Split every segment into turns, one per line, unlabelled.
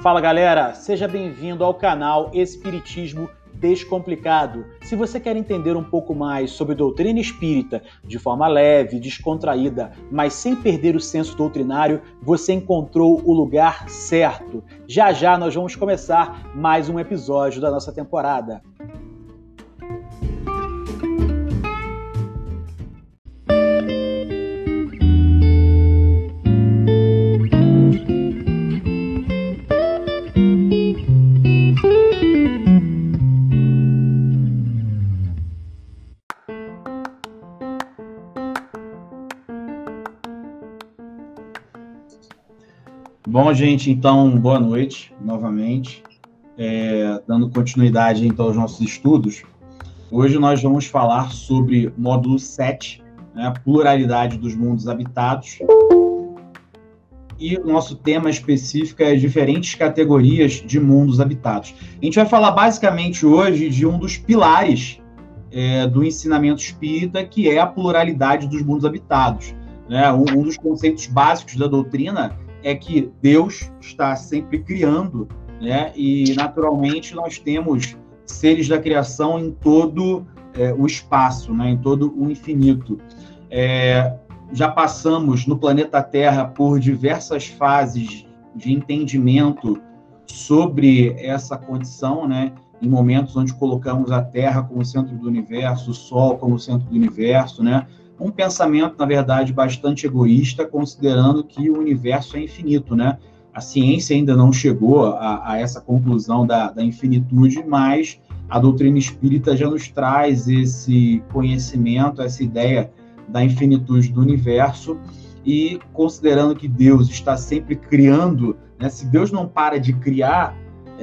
Fala galera, seja bem-vindo ao canal Espiritismo Descomplicado. Se você quer entender um pouco mais sobre doutrina espírita de forma leve, descontraída, mas sem perder o senso doutrinário, você encontrou o lugar certo. Já já nós vamos começar mais um episódio da nossa temporada.
Bom, gente, então, boa noite, novamente. Dando continuidade, então, aos nossos estudos. Hoje nós vamos falar sobre módulo 7, né, pluralidade dos mundos habitados. E o nosso tema específico é diferentes categorias de mundos habitados. A gente vai falar basicamente hoje de um dos pilares do ensinamento espírita, que é a pluralidade dos mundos habitados. Né? Um dos conceitos básicos da doutrina é que Deus está sempre criando, né? E, naturalmente, nós temos seres da criação em todo o espaço, né? Em todo o infinito. Já passamos no planeta Terra por diversas fases de entendimento sobre essa condição, né? Em momentos onde colocamos a Terra como centro do universo, o Sol como centro do universo, né? Um pensamento, na verdade, bastante egoísta, considerando que o universo é infinito, né? A ciência ainda não chegou a essa conclusão da infinitude, mas a doutrina espírita já nos traz esse conhecimento, essa ideia da infinitude do universo, e considerando que Deus está sempre criando, né? Se Deus não para de criar,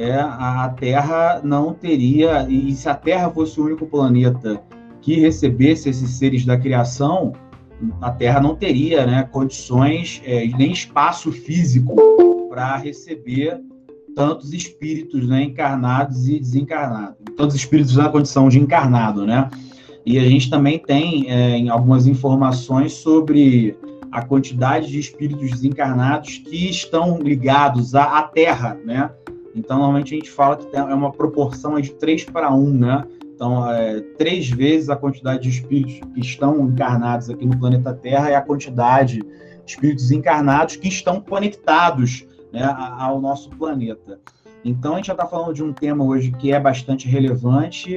a Terra não teria, e se a Terra fosse o único planeta que recebesse esses seres da criação, a Terra não teria, né, condições, nem espaço físico para receber tantos espíritos, né, encarnados e desencarnados. Tantos espíritos na condição de encarnado, né? E a gente também tem algumas informações sobre a quantidade de espíritos desencarnados que estão ligados à Terra, né? Então, normalmente a gente fala que é uma proporção de 3:1, né? Então, 3 vezes a quantidade de espíritos que estão encarnados aqui no planeta Terra é a quantidade de espíritos encarnados que estão conectados, né, ao nosso planeta. Então, a gente já está falando de um tema hoje que é bastante relevante,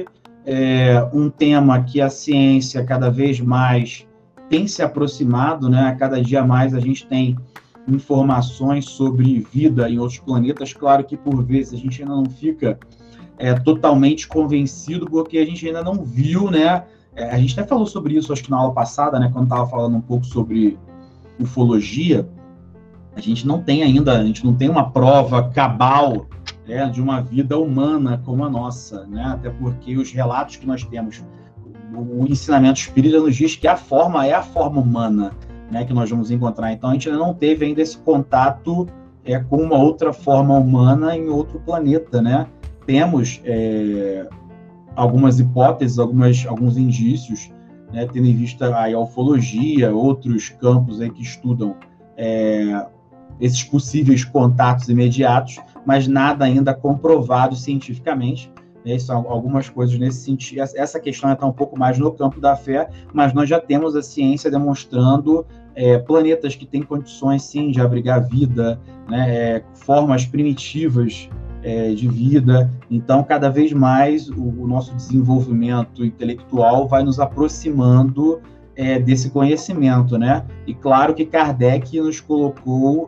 um tema que a ciência cada vez mais tem se aproximado, né? A cada dia mais a gente tem informações sobre vida em outros planetas. Claro que, por vezes, a gente ainda não fica totalmente convencido, porque a gente ainda não viu, né? A gente até falou sobre isso, acho que na aula passada, né? Quando estava falando um pouco sobre ufologia, a gente não tem uma prova cabal, né, de uma vida humana como a nossa, né? Até porque os relatos que nós temos, o ensinamento espírita nos diz que a forma é a forma humana, né, que nós vamos encontrar. Então, a gente ainda não teve ainda esse contato com uma outra forma humana em outro planeta, né? Temos algumas hipóteses, alguns indícios, né, tendo em vista a ufologia, outros campos aí que estudam esses possíveis contatos imediatos, mas nada ainda comprovado cientificamente, né? São algumas coisas nesse sentido. Essa questão está um pouco mais no campo da fé, mas nós já temos a ciência demonstrando planetas que têm condições, sim, de abrigar vida, né, formas primitivas de vida. Então, cada vez mais o nosso desenvolvimento intelectual vai nos aproximando desse conhecimento, né? E claro que Kardec nos colocou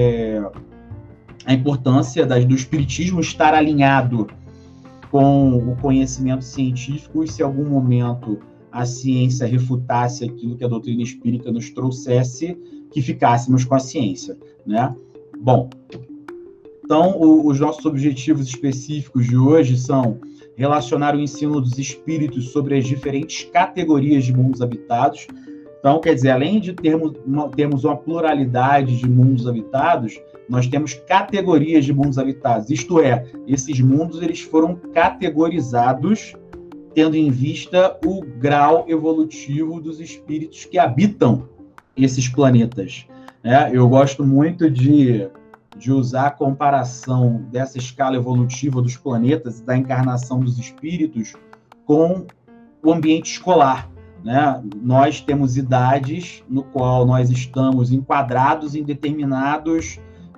a importância do espiritismo estar alinhado com o conhecimento científico, e se em algum momento a ciência refutasse aquilo que a doutrina espírita nos trouxesse, que ficássemos com a ciência, né? Bom, então, os nossos objetivos específicos de hoje são relacionar o ensino dos espíritos sobre as diferentes categorias de mundos habitados. Então, quer dizer, além de termos uma pluralidade de mundos habitados, nós temos categorias de mundos habitados. Isto é, esses mundos eles foram categorizados tendo em vista o grau evolutivo dos espíritos que habitam esses planetas. Eu gosto muito de de usar a comparação dessa escala evolutiva dos planetas e da encarnação dos espíritos com o ambiente escolar, né? Nós temos idades no qual nós estamos enquadrados em determinados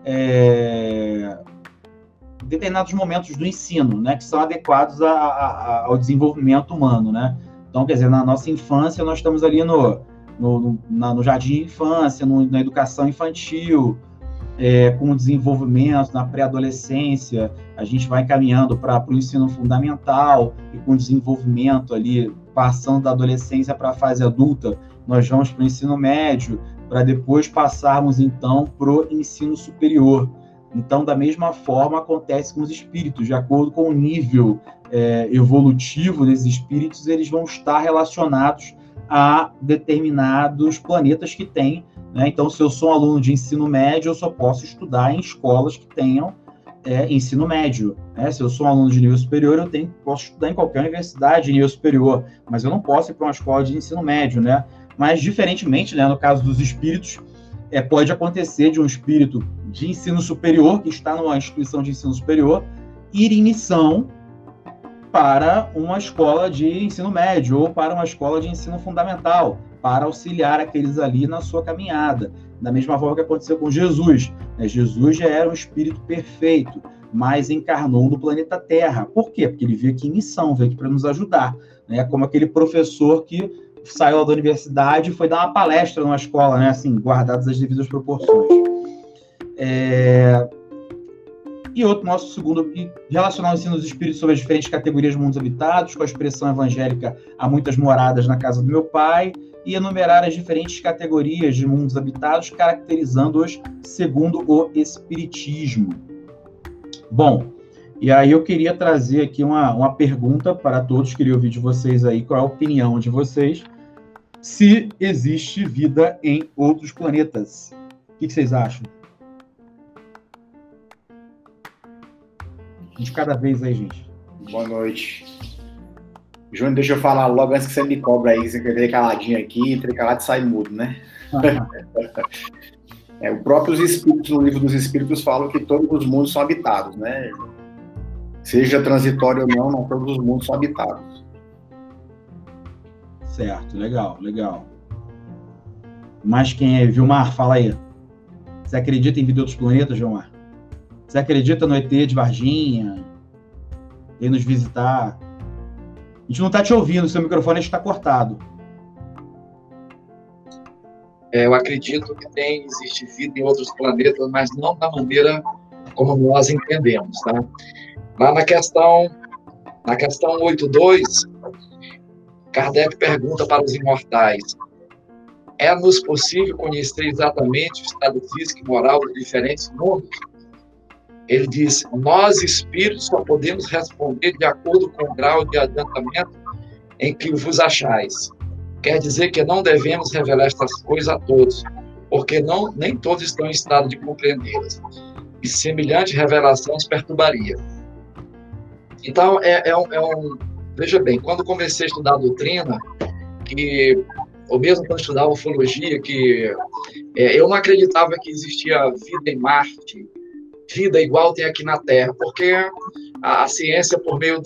momentos do ensino, né? Que são adequados ao desenvolvimento humano, né? Então, quer dizer, na nossa infância, nós estamos ali no jardim de infância, na educação infantil, com o desenvolvimento, na pré-adolescência, a gente vai caminhando para o ensino fundamental, e com o desenvolvimento ali, passando da adolescência para a fase adulta, nós vamos para o ensino médio, para depois passarmos, então, para o ensino superior. Então, da mesma forma, acontece com os espíritos, de acordo com o nível evolutivo desses espíritos, eles vão estar relacionados a determinados planetas que têm, né? Então, se eu sou um aluno de ensino médio, eu só posso estudar em escolas que tenham ensino médio, né? Se eu sou um aluno de nível superior, posso estudar em qualquer universidade de nível superior, mas eu não posso ir para uma escola de ensino médio, né? Mas, diferentemente, né, no caso dos espíritos, pode acontecer de um espírito de ensino superior, que está numa instituição de ensino superior, ir em missão para uma escola de ensino médio ou para uma escola de ensino fundamental, para auxiliar aqueles ali na sua caminhada. Da mesma forma que aconteceu com Jesus, né? Jesus já era um espírito perfeito, mas encarnou no planeta Terra. Por quê? Porque ele veio aqui em missão, veio aqui para nos ajudar, né? Como aquele professor que saiu da universidade e foi dar uma palestra numa escola, né? Assim, guardadas as devidas proporções. E outro, nosso segundo, relacionar o ensino dos espíritos sobre as diferentes categorias de mundos habitados, com a expressão evangélica há muitas moradas na casa do meu pai, e enumerar as diferentes categorias de mundos habitados, caracterizando-os segundo o espiritismo. Bom, e aí eu queria trazer aqui uma pergunta para todos, queria ouvir de vocês aí, qual é a opinião de vocês, se existe vida em outros planetas. O que vocês acham? De cada vez aí, gente.
Boa noite. Júnior, deixa eu falar logo antes que você me cobra aí, você quer ver caladinho aqui, entre calado e sai mudo, né? O próprio espíritos, no livro dos espíritos, falam que todos os mundos são habitados, né? Seja transitório ou não, todos os mundos são habitados.
Certo, legal, legal. Mas quem é? Vilmar, fala aí. Você acredita em vida em outros planetas, Vilmar? Você acredita no ET de Varginha? Vem nos visitar? A gente não está te ouvindo, seu microfone está cortado.
Eu acredito que existe vida em outros planetas, mas não da maneira como nós entendemos, tá? Lá na questão 8.2, Kardec pergunta para os imortais: é-nos possível conhecer exatamente o estado físico e moral dos diferentes mundos? Ele diz: nós, espíritos, só podemos responder de acordo com o grau de adiantamento em que vos achais. Quer dizer que não devemos revelar estas coisas a todos, porque nem todos estão em estado de compreendê-las. E semelhante revelação os perturbaria. Então, veja bem, quando comecei a estudar a doutrina, ou mesmo quando estudava ufologia, eu não acreditava que existia vida em Marte, vida igual tem aqui na Terra, porque a ciência, por meio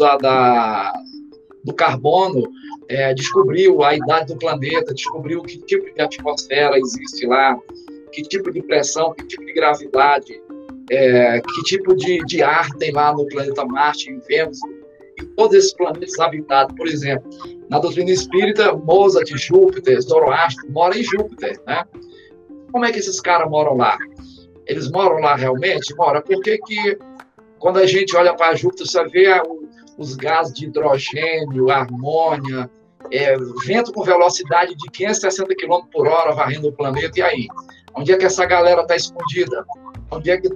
do carbono, descobriu a idade do planeta, descobriu que tipo de atmosfera existe lá, que tipo de pressão, que tipo de gravidade, que tipo de ar tem lá no planeta Marte, em Vênus, e todos esses planetas habitados. Por exemplo, na doutrina espírita, Mozart, Júpiter, Zoroastro moram em Júpiter, né? Como é que esses caras moram lá? Eles moram lá realmente? Moram. Porque quando a gente olha para Júpiter, você vê os gases de hidrogênio, amônia, vento com velocidade de 560 km por hora varrendo o planeta. E aí? Onde é que essa galera está escondida? Onde é que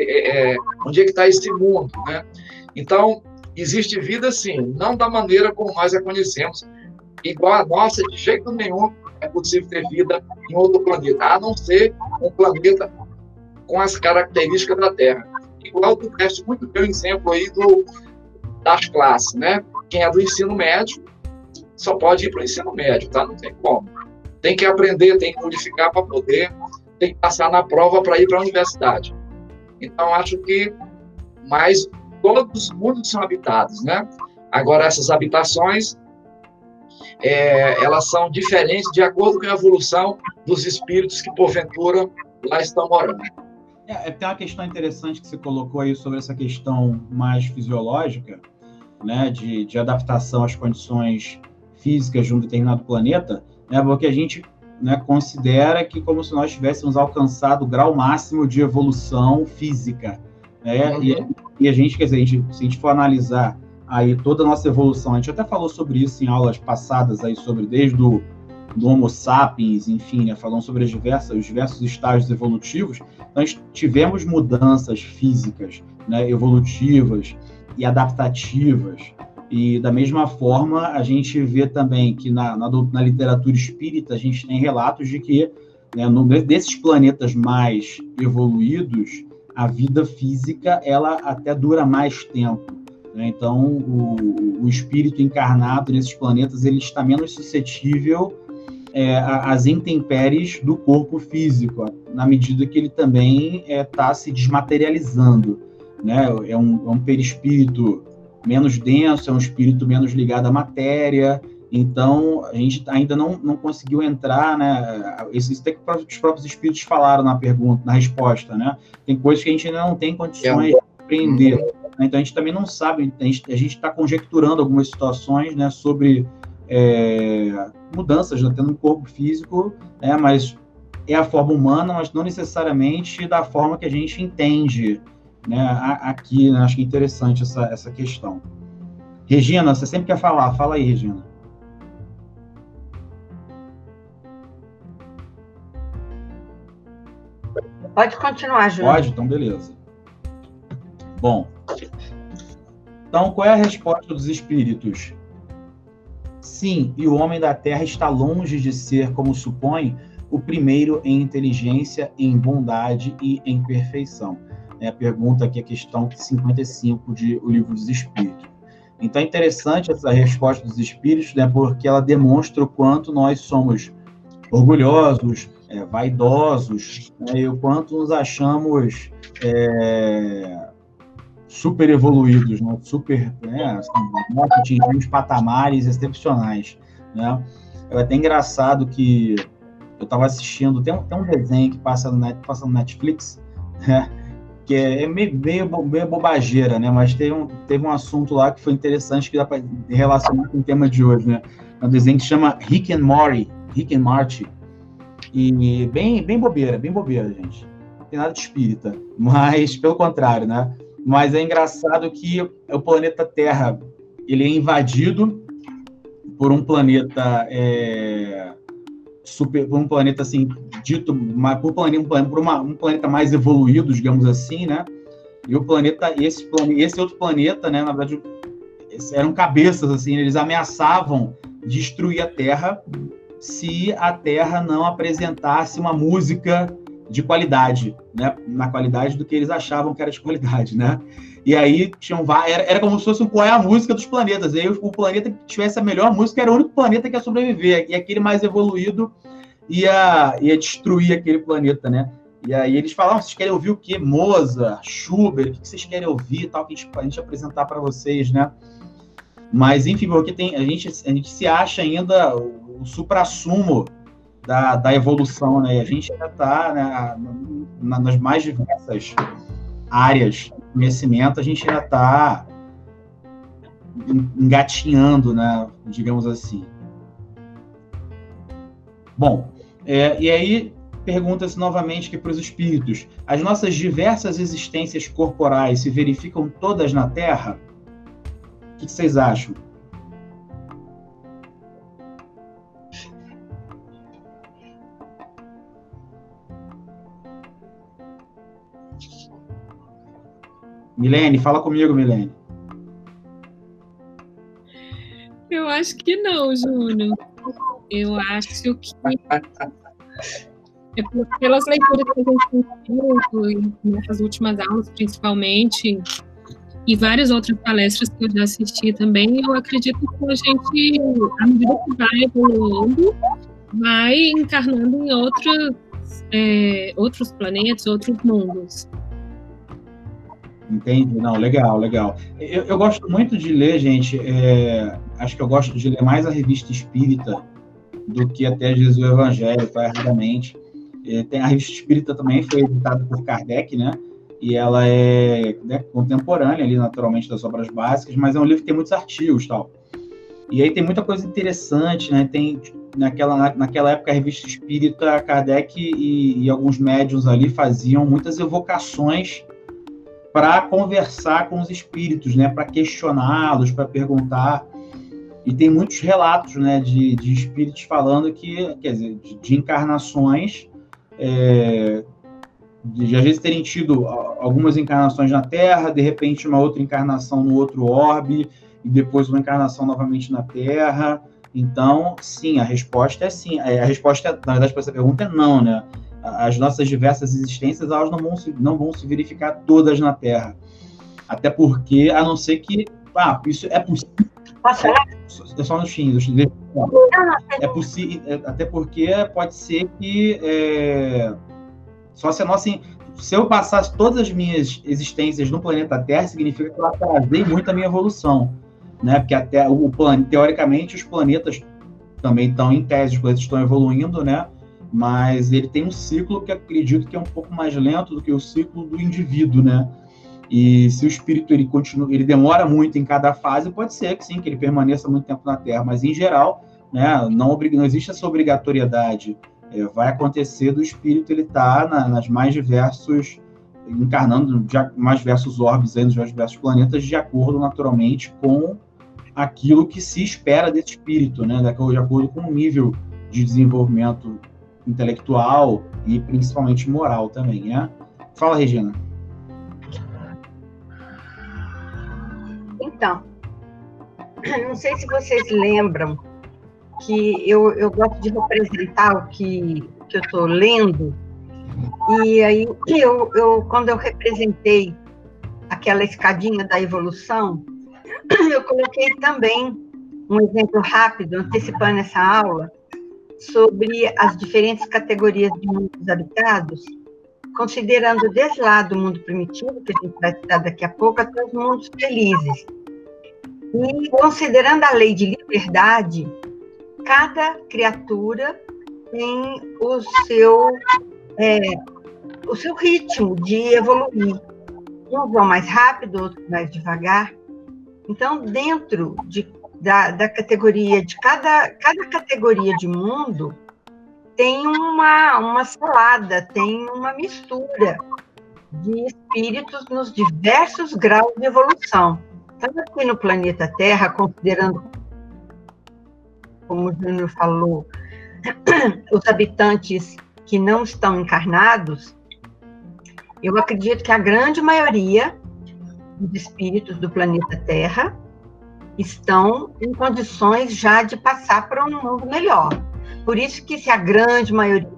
está esse mundo, né? Então, existe vida, sim, não da maneira como nós a conhecemos. Igual a nossa, de jeito nenhum é possível ter vida em outro planeta, a não ser um planeta com as características da Terra. Igual tu deste muito bem o exemplo aí das classes, né? Quem é do ensino médio só pode ir para o ensino médio, tá? Não tem como. Tem que aprender, tem que modificar para poder, tem que passar na prova para ir para a universidade. Então, acho que mais todos os mundos são habitados, né? Agora, essas habitações, elas são diferentes de acordo com a evolução dos espíritos que, porventura, lá estão morando.
Tem uma questão interessante que você colocou aí sobre essa questão mais fisiológica, né, de adaptação às condições físicas de um determinado planeta, né, porque a gente, né, considera que como se nós tivéssemos alcançado o grau máximo de evolução física, né? E a gente, quer dizer, se a gente for analisar aí toda a nossa evolução, a gente até falou sobre isso em aulas passadas aí, sobre desde do Homo sapiens, enfim, né, falando sobre os diversos estágios evolutivos. Então, tivemos mudanças físicas, né, evolutivas e adaptativas. E, da mesma forma, a gente vê também que na literatura espírita a gente tem relatos de que, né, desses planetas mais evoluídos, a vida física ela até dura mais tempo, né? Então, o espírito encarnado nesses planetas ele está menos suscetível às intempéries do corpo físico, na medida que ele também está se desmaterializando, né? É um perispírito menos denso, é um espírito menos ligado à matéria. Então, a gente ainda não conseguiu entrar, né? Isso até que os próprios espíritos falaram na pergunta, na resposta, né? Tem coisas que a gente ainda não tem condições de compreender. Então, a gente também não sabe, a gente está conjecturando algumas situações, né, sobre mudanças até no corpo físico, né, mas é a forma humana, mas não necessariamente da forma que a gente entende, né, aqui, né? Acho que é interessante essa questão. Regina, você sempre quer falar, fala aí, Regina.
Pode continuar, Júlio.
Pode? Então, beleza. Bom, então, qual é a resposta dos espíritos? Sim, e o homem da Terra está longe de ser, como supõe, o primeiro em inteligência, em bondade e em perfeição. É a pergunta aqui, a questão 55 O Livro dos Espíritos. Então, é interessante essa resposta dos espíritos, né, porque ela demonstra o quanto nós somos orgulhosos, vaidosos, né, e o quanto nos achamos super evoluídos, né, nós atingimos patamares excepcionais, né? É até engraçado que eu estava assistindo, tem um desenho que passa no Netflix, né, que é meio bobageira, né? Mas teve um assunto lá que foi interessante, que dá para relacionar com o tema de hoje, né? É um desenho que se chama Rick and Morty. E bem bobeira, gente. Não tem nada de espírita, mas pelo contrário, né? Mas é engraçado que o planeta Terra ele é invadido por um planeta por um planeta assim dito, um planeta mais evoluído, digamos assim, né? E o planeta, esse outro planeta, né? Na verdade, eram cabeças assim, eles ameaçavam destruir a Terra se a Terra não apresentasse uma música de qualidade, né? Na qualidade do que eles achavam que era de qualidade, né? E aí era como se fosse qual é a música dos planetas. E aí o planeta que tivesse a melhor música era o único planeta que ia sobreviver. E aquele mais evoluído ia destruir aquele planeta, né? E aí eles falavam, vocês querem ouvir o quê? Mozart, Schubert, o que vocês querem ouvir, tal, que a gente apresentar para vocês, né? Mas, enfim, porque a gente se acha ainda o suprassumo da evolução, né? E a gente ainda está, né, nas mais diversas áreas de conhecimento, a gente ainda está engatinhando, né? Digamos assim. Bom, e aí pergunta-se novamente que para os espíritos, as nossas diversas existências corporais se verificam todas na Terra? O que vocês acham? Milene, fala comigo, Milene.
Eu acho que não, Júnior. Eu acho que pelas leituras que a gente tem feito, nessas últimas aulas, principalmente, e várias outras palestras que eu já assisti também, eu acredito que a gente, à medida que vai evoluindo, vai encarnando em outros planetas, outros mundos.
Entendi. Não, legal, legal. Eu gosto muito de ler, gente, acho que eu gosto de ler mais a Revista Espírita do que até Jesus o Evangelho, erradamente. Tem a Revista Espírita também, foi editada por Kardec, né? E ela é, né, contemporânea ali, naturalmente, das obras básicas, mas é um livro que tem muitos artigos e tal. E aí tem muita coisa interessante, né? Tem, naquela época, a Revista Espírita, Kardec e alguns médiuns ali faziam muitas evocações para conversar com os espíritos, né? Para questioná-los, para perguntar. E tem muitos relatos, né, de espíritos falando que, quer dizer, de encarnações, de às vezes terem tido algumas encarnações na Terra, de repente uma outra encarnação no outro orbe, e depois uma encarnação novamente na Terra. Então, sim, a resposta é sim. A resposta, na verdade, para essa pergunta é não, né? As nossas diversas existências, elas não vão se verificar todas na Terra. Até porque, a não ser que... isso é possível. É só no fim. É possível, até porque pode ser que só se a nossa... Se eu passasse todas as minhas existências no planeta Terra, significa que eu atrasei muito a minha evolução, né? Porque até teoricamente os planetas também estão em tese, os planetas estão evoluindo, né? Mas ele tem um ciclo que acredito que é um pouco mais lento do que o ciclo do indivíduo, né? E se o espírito ele demora muito em cada fase, pode ser que sim, que ele permaneça muito tempo na Terra, mas em geral, né, não existe essa obrigatoriedade. Vai acontecer do espírito ele estar nas mais diversos, encarnando mais diversos orbes aí, nos mais diversos planetas, de acordo naturalmente com aquilo que se espera desse espírito, né, de acordo com o nível de desenvolvimento intelectual e principalmente moral também, né? Fala, Regina.
Então, não sei se vocês lembram que eu gosto de representar o que eu estou lendo, e aí quando eu representei aquela escadinha da evolução, eu coloquei também um exemplo rápido, antecipando essa aula, sobre as diferentes categorias de mundos habitados, considerando desde lá do mundo primitivo, que a gente vai estudar daqui a pouco, até os mundos felizes. E considerando a lei de liberdade, cada criatura tem o seu ritmo de evoluir. Uns vão mais rápido, outros mais devagar. Então, dentro da categoria, de cada categoria de mundo, tem uma salada, tem uma mistura de espíritos nos diversos graus de evolução. Então, aqui no planeta Terra, considerando, como o Júnior falou, os habitantes que não estão encarnados, eu acredito que a grande maioria dos espíritos do planeta Terra estão em condições já de passar para um mundo melhor. Por isso que, se a grande maioria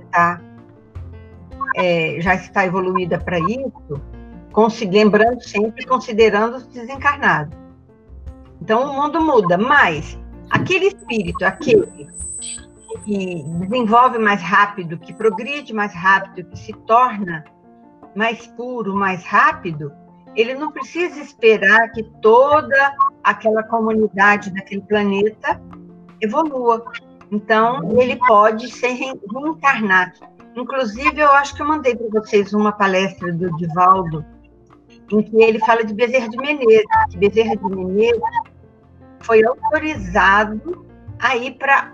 já está evoluída para isso, lembrando sempre, considerando os desencarnados. Então, o mundo muda, mas aquele espírito, aquele que desenvolve mais rápido, que progride mais rápido, que se torna mais puro, mais rápido, ele não precisa esperar que toda aquela comunidade daquele planeta evolua. Então, ele pode ser reencarnado. Inclusive, eu acho que eu mandei para vocês uma palestra do Divaldo, em que ele fala de Bezerra de Menezes, que Bezerra de Menezes foi autorizado a ir para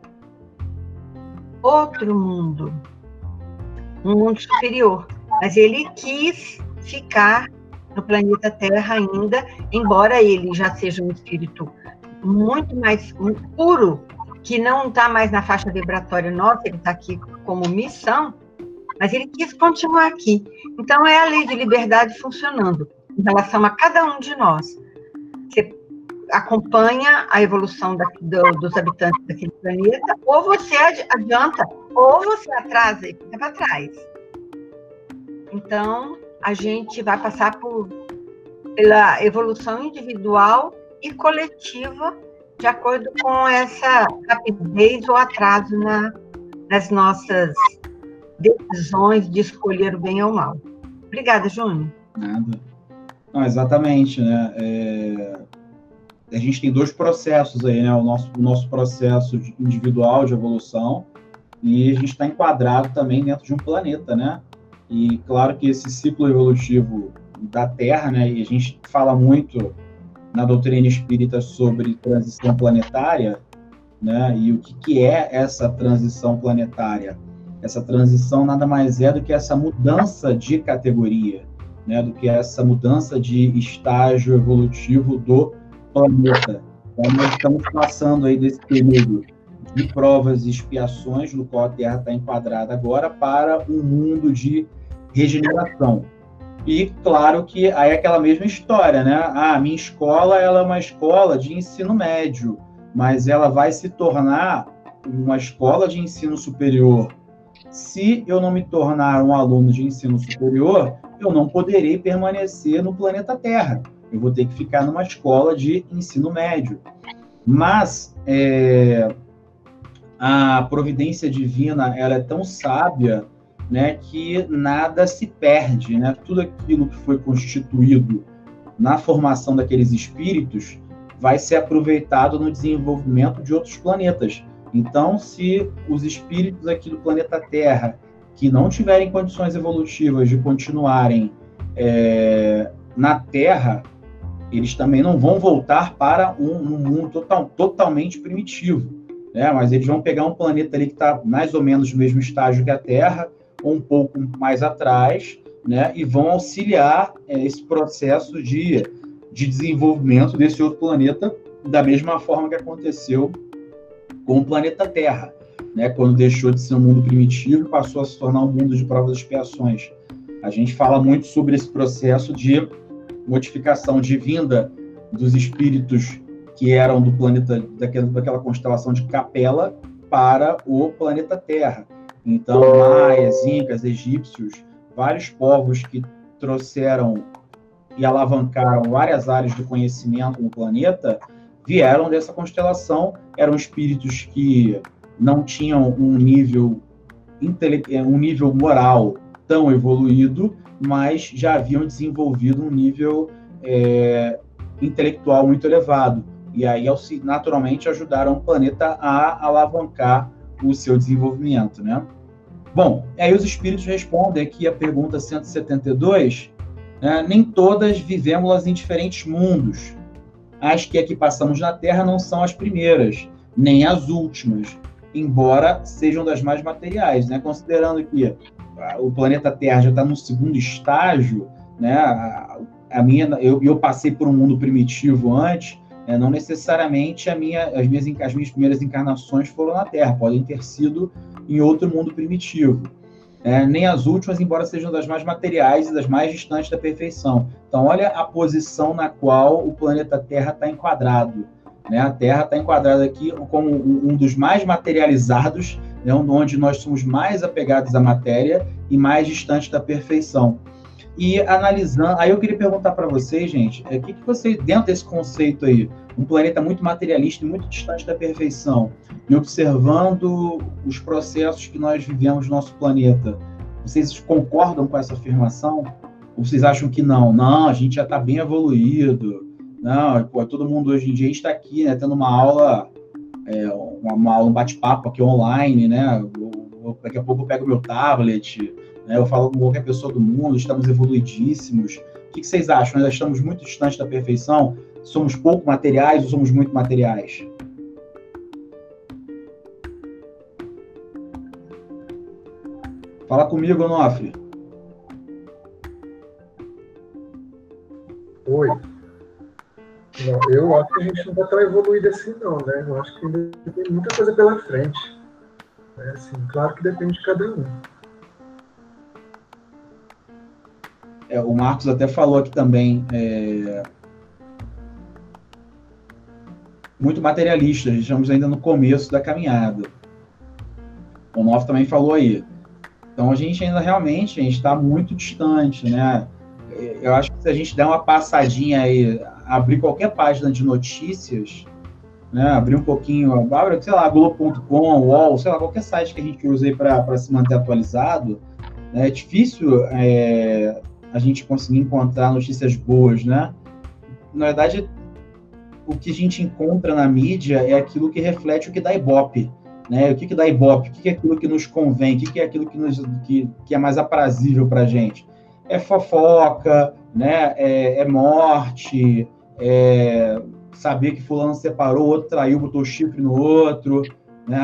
outro mundo, um mundo superior. Mas ele quis ficar no planeta Terra ainda, embora ele já seja um espírito muito puro, que não está mais na faixa vibratória nossa, ele está aqui como missão, mas ele quis continuar aqui. Então, é a lei de liberdade funcionando em relação a cada um de nós. Você acompanha a evolução dos habitantes daquele planeta, ou você adianta, ou você atrasa e fica para trás. Então, a gente vai passar pela evolução individual e coletiva, de acordo com essa rapidez ou atraso nas nossas decisões de escolher o bem ou o mal. Obrigada, Júnior.
Nada. Não, exatamente, né? A gente tem dois processos aí, né? O nosso processo individual de evolução, e a gente está enquadrado também dentro de um planeta, né? E claro que esse ciclo evolutivo da Terra, né? E a gente fala muito na doutrina espírita sobre transição planetária, né? E o que é essa transição planetária? Essa transição nada mais é do que essa mudança de categoria, né? Do que essa mudança de estágio evolutivo do planeta. Então, nós estamos passando aí desse período de provas e expiações, no qual a Terra está enquadrada agora, para um mundo de regeneração. E, claro, que aí é aquela mesma história, né? A minha escola ela é uma escola de ensino médio, mas ela vai se tornar uma escola de ensino superior. Se eu não me tornar um aluno de ensino superior, eu não poderei permanecer no planeta Terra. Eu vou ter que ficar numa escola de ensino médio. Mas a providência divina ela é tão sábia, né, que nada se perde, né? Tudo aquilo que foi constituído na formação daqueles espíritos vai ser aproveitado no desenvolvimento de outros planetas. Então, se os espíritos aqui do planeta Terra, que não tiverem condições evolutivas de continuarem na Terra, eles também não vão voltar para um mundo totalmente primitivo, né? Mas eles vão pegar um planeta ali que está mais ou menos no mesmo estágio que a Terra, ou um pouco mais atrás, né? E vão auxiliar esse processo de desenvolvimento desse outro planeta, da mesma forma que aconteceu com o planeta Terra, né? Quando deixou de ser um mundo primitivo e passou a se tornar um mundo de provas e expiações. A gente fala muito sobre esse processo de modificação de vinda dos espíritos que eram do planeta, daquela constelação de Capela, para o planeta Terra. Então, maias, incas, egípcios, vários povos que trouxeram e alavancaram várias áreas do conhecimento no planeta, vieram dessa constelação. Eram espíritos que não tinham um nível moral tão evoluído, mas já haviam desenvolvido um nível intelectual muito elevado. E aí, naturalmente, ajudaram o planeta a alavancar o seu desenvolvimento, né? Bom, aí os espíritos respondem aqui a pergunta 172, né? Nem todas vivemos em diferentes mundos. As que aqui passamos na Terra não são as primeiras, nem as últimas, embora sejam das mais materiais, né? Considerando que o planeta Terra já está no segundo estágio, né? Eu passei por um mundo primitivo antes, não necessariamente as minhas primeiras encarnações foram na Terra, podem ter sido em outro mundo primitivo. Nem as últimas, embora sejam das mais materiais e das mais distantes da perfeição. Então, olha a posição na qual o planeta Terra está enquadrado, né? A Terra está enquadrada aqui como um dos mais materializados, né? Onde nós somos mais apegados à matéria e mais distantes da perfeição. E analisando, aí eu queria perguntar para vocês, gente, o que vocês, dentro desse conceito aí, um planeta muito materialista e muito distante da perfeição, e observando os processos que nós vivemos no nosso planeta, vocês concordam com essa afirmação? Ou vocês acham que não? Não, a gente já está bem evoluído. Não, todo mundo hoje em dia está aqui, né, tendo uma aula, um bate-papo aqui online, né? Daqui a pouco eu pego meu tablet, né, eu falo com qualquer pessoa do mundo, estamos evoluidíssimos. O que vocês acham? Nós estamos muito distantes da perfeição? Somos pouco materiais ou somos muito materiais? Fala comigo, Onofre.
Oi. Não, eu acho que a gente não está tão evoluído assim, não, né? Eu acho que ainda tem muita coisa pela frente. Assim, claro que depende de cada um.
O Marcos até falou aqui também, muito materialista, estamos ainda no começo da caminhada. O Onofre também falou aí. Então, a gente ainda realmente está muito distante, né? Eu acho que se a gente der uma passadinha aí, abrir qualquer página de notícias, né? Abrir um pouquinho, abre, sei lá, Globo.com, UOL, sei lá, qualquer site que a gente use aí para se manter atualizado, é difícil a gente conseguir encontrar notícias boas, né? Na verdade, o que a gente encontra na mídia é aquilo que reflete o que dá Ibope, né? O que dá Ibope? O que é aquilo que nos convém? O que é aquilo que é mais aprazível para a gente? É fofoca, né? É morte, saber que fulano separou, outro traiu, botou o chifre no outro, né?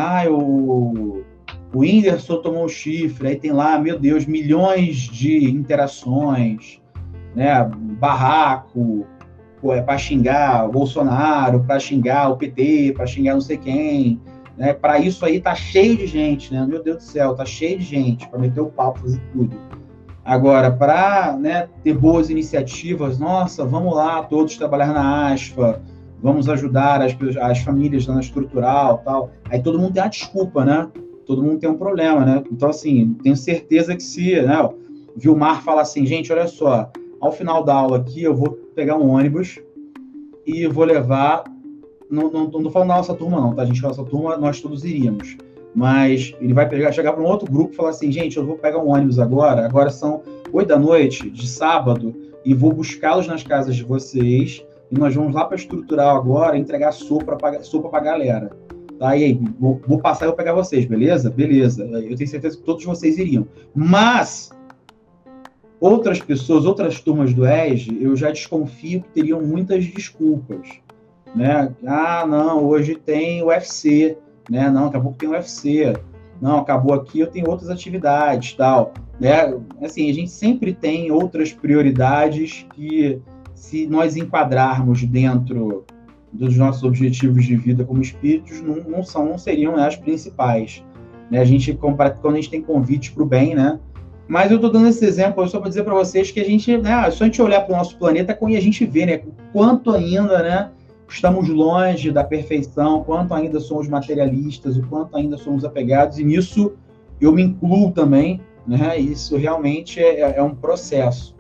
O Whindersson tomou um chifre, aí tem lá, meu Deus, milhões de interações, né? Barraco, para xingar o Bolsonaro, para xingar o PT, para xingar não sei quem, né? Para isso aí tá cheio de gente, né? Meu Deus do céu, tá cheio de gente para meter o pau, fazer tudo. Agora, para, né, ter boas iniciativas, nossa, vamos lá todos trabalhar na ASFA, vamos ajudar as famílias na estrutural, tal. Aí todo mundo tem uma desculpa, né? Todo mundo tem um problema, né? Então, assim, tenho certeza que se, né, o Vilmar fala assim, gente, olha só, ao final da aula aqui, eu vou pegar um ônibus e vou levar, não tô falando da nossa turma não, tá, gente? Nossa turma, nós todos iríamos. Mas ele vai chegar para um outro grupo e falar assim, gente, eu vou pegar um ônibus agora são 8 da noite, de sábado, e vou buscá-los nas casas de vocês, e nós vamos lá para a estrutural agora entregar sopa para a galera. Tá? E aí, vou passar e vou pegar vocês, beleza? Beleza. Eu tenho certeza que todos vocês iriam. Mas outras pessoas, outras turmas do ESG, eu já desconfio que teriam muitas desculpas. Né? Ah, não, hoje tem UFC, né? Não, daqui a pouco tem UFC. Não, acabou aqui, eu tenho outras atividades, tal. Né? Assim, a gente sempre tem outras prioridades que, se nós enquadrarmos dentro dos nossos objetivos de vida como espíritos, não seriam, né, as principais. Né? Quando a gente tem convites para o bem, né? Mas eu estou dando esse exemplo só para dizer para vocês que a gente, né, só a gente olhar para o nosso planeta e a gente vê, né, quanto ainda, né, estamos longe da perfeição, quanto ainda somos materialistas, o quanto ainda somos apegados, e nisso eu me incluo também, né? Isso realmente é um processo.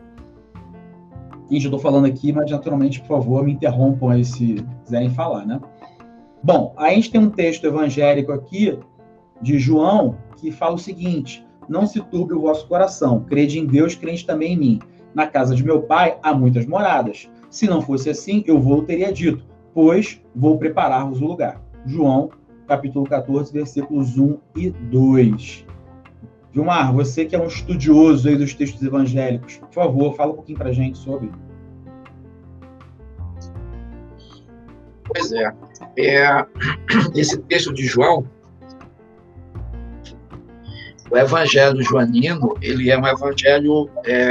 Gente, eu estou falando aqui, mas naturalmente, por favor, me interrompam aí se quiserem falar, né? Bom, aí a gente tem um texto evangélico aqui, de João, que fala o seguinte: não se turbe o vosso coração, crede em Deus, crede também em mim. Na casa de meu pai há muitas moradas. Se não fosse assim, eu teria dito, pois vou preparar-vos o lugar. João, capítulo 14, versículos 1 e 2. Vilmar, você que é um estudioso aí dos textos evangélicos, por favor, fala um pouquinho pra gente sobre.
Pois é. Esse texto de João, o evangelho joanino, ele é um evangelho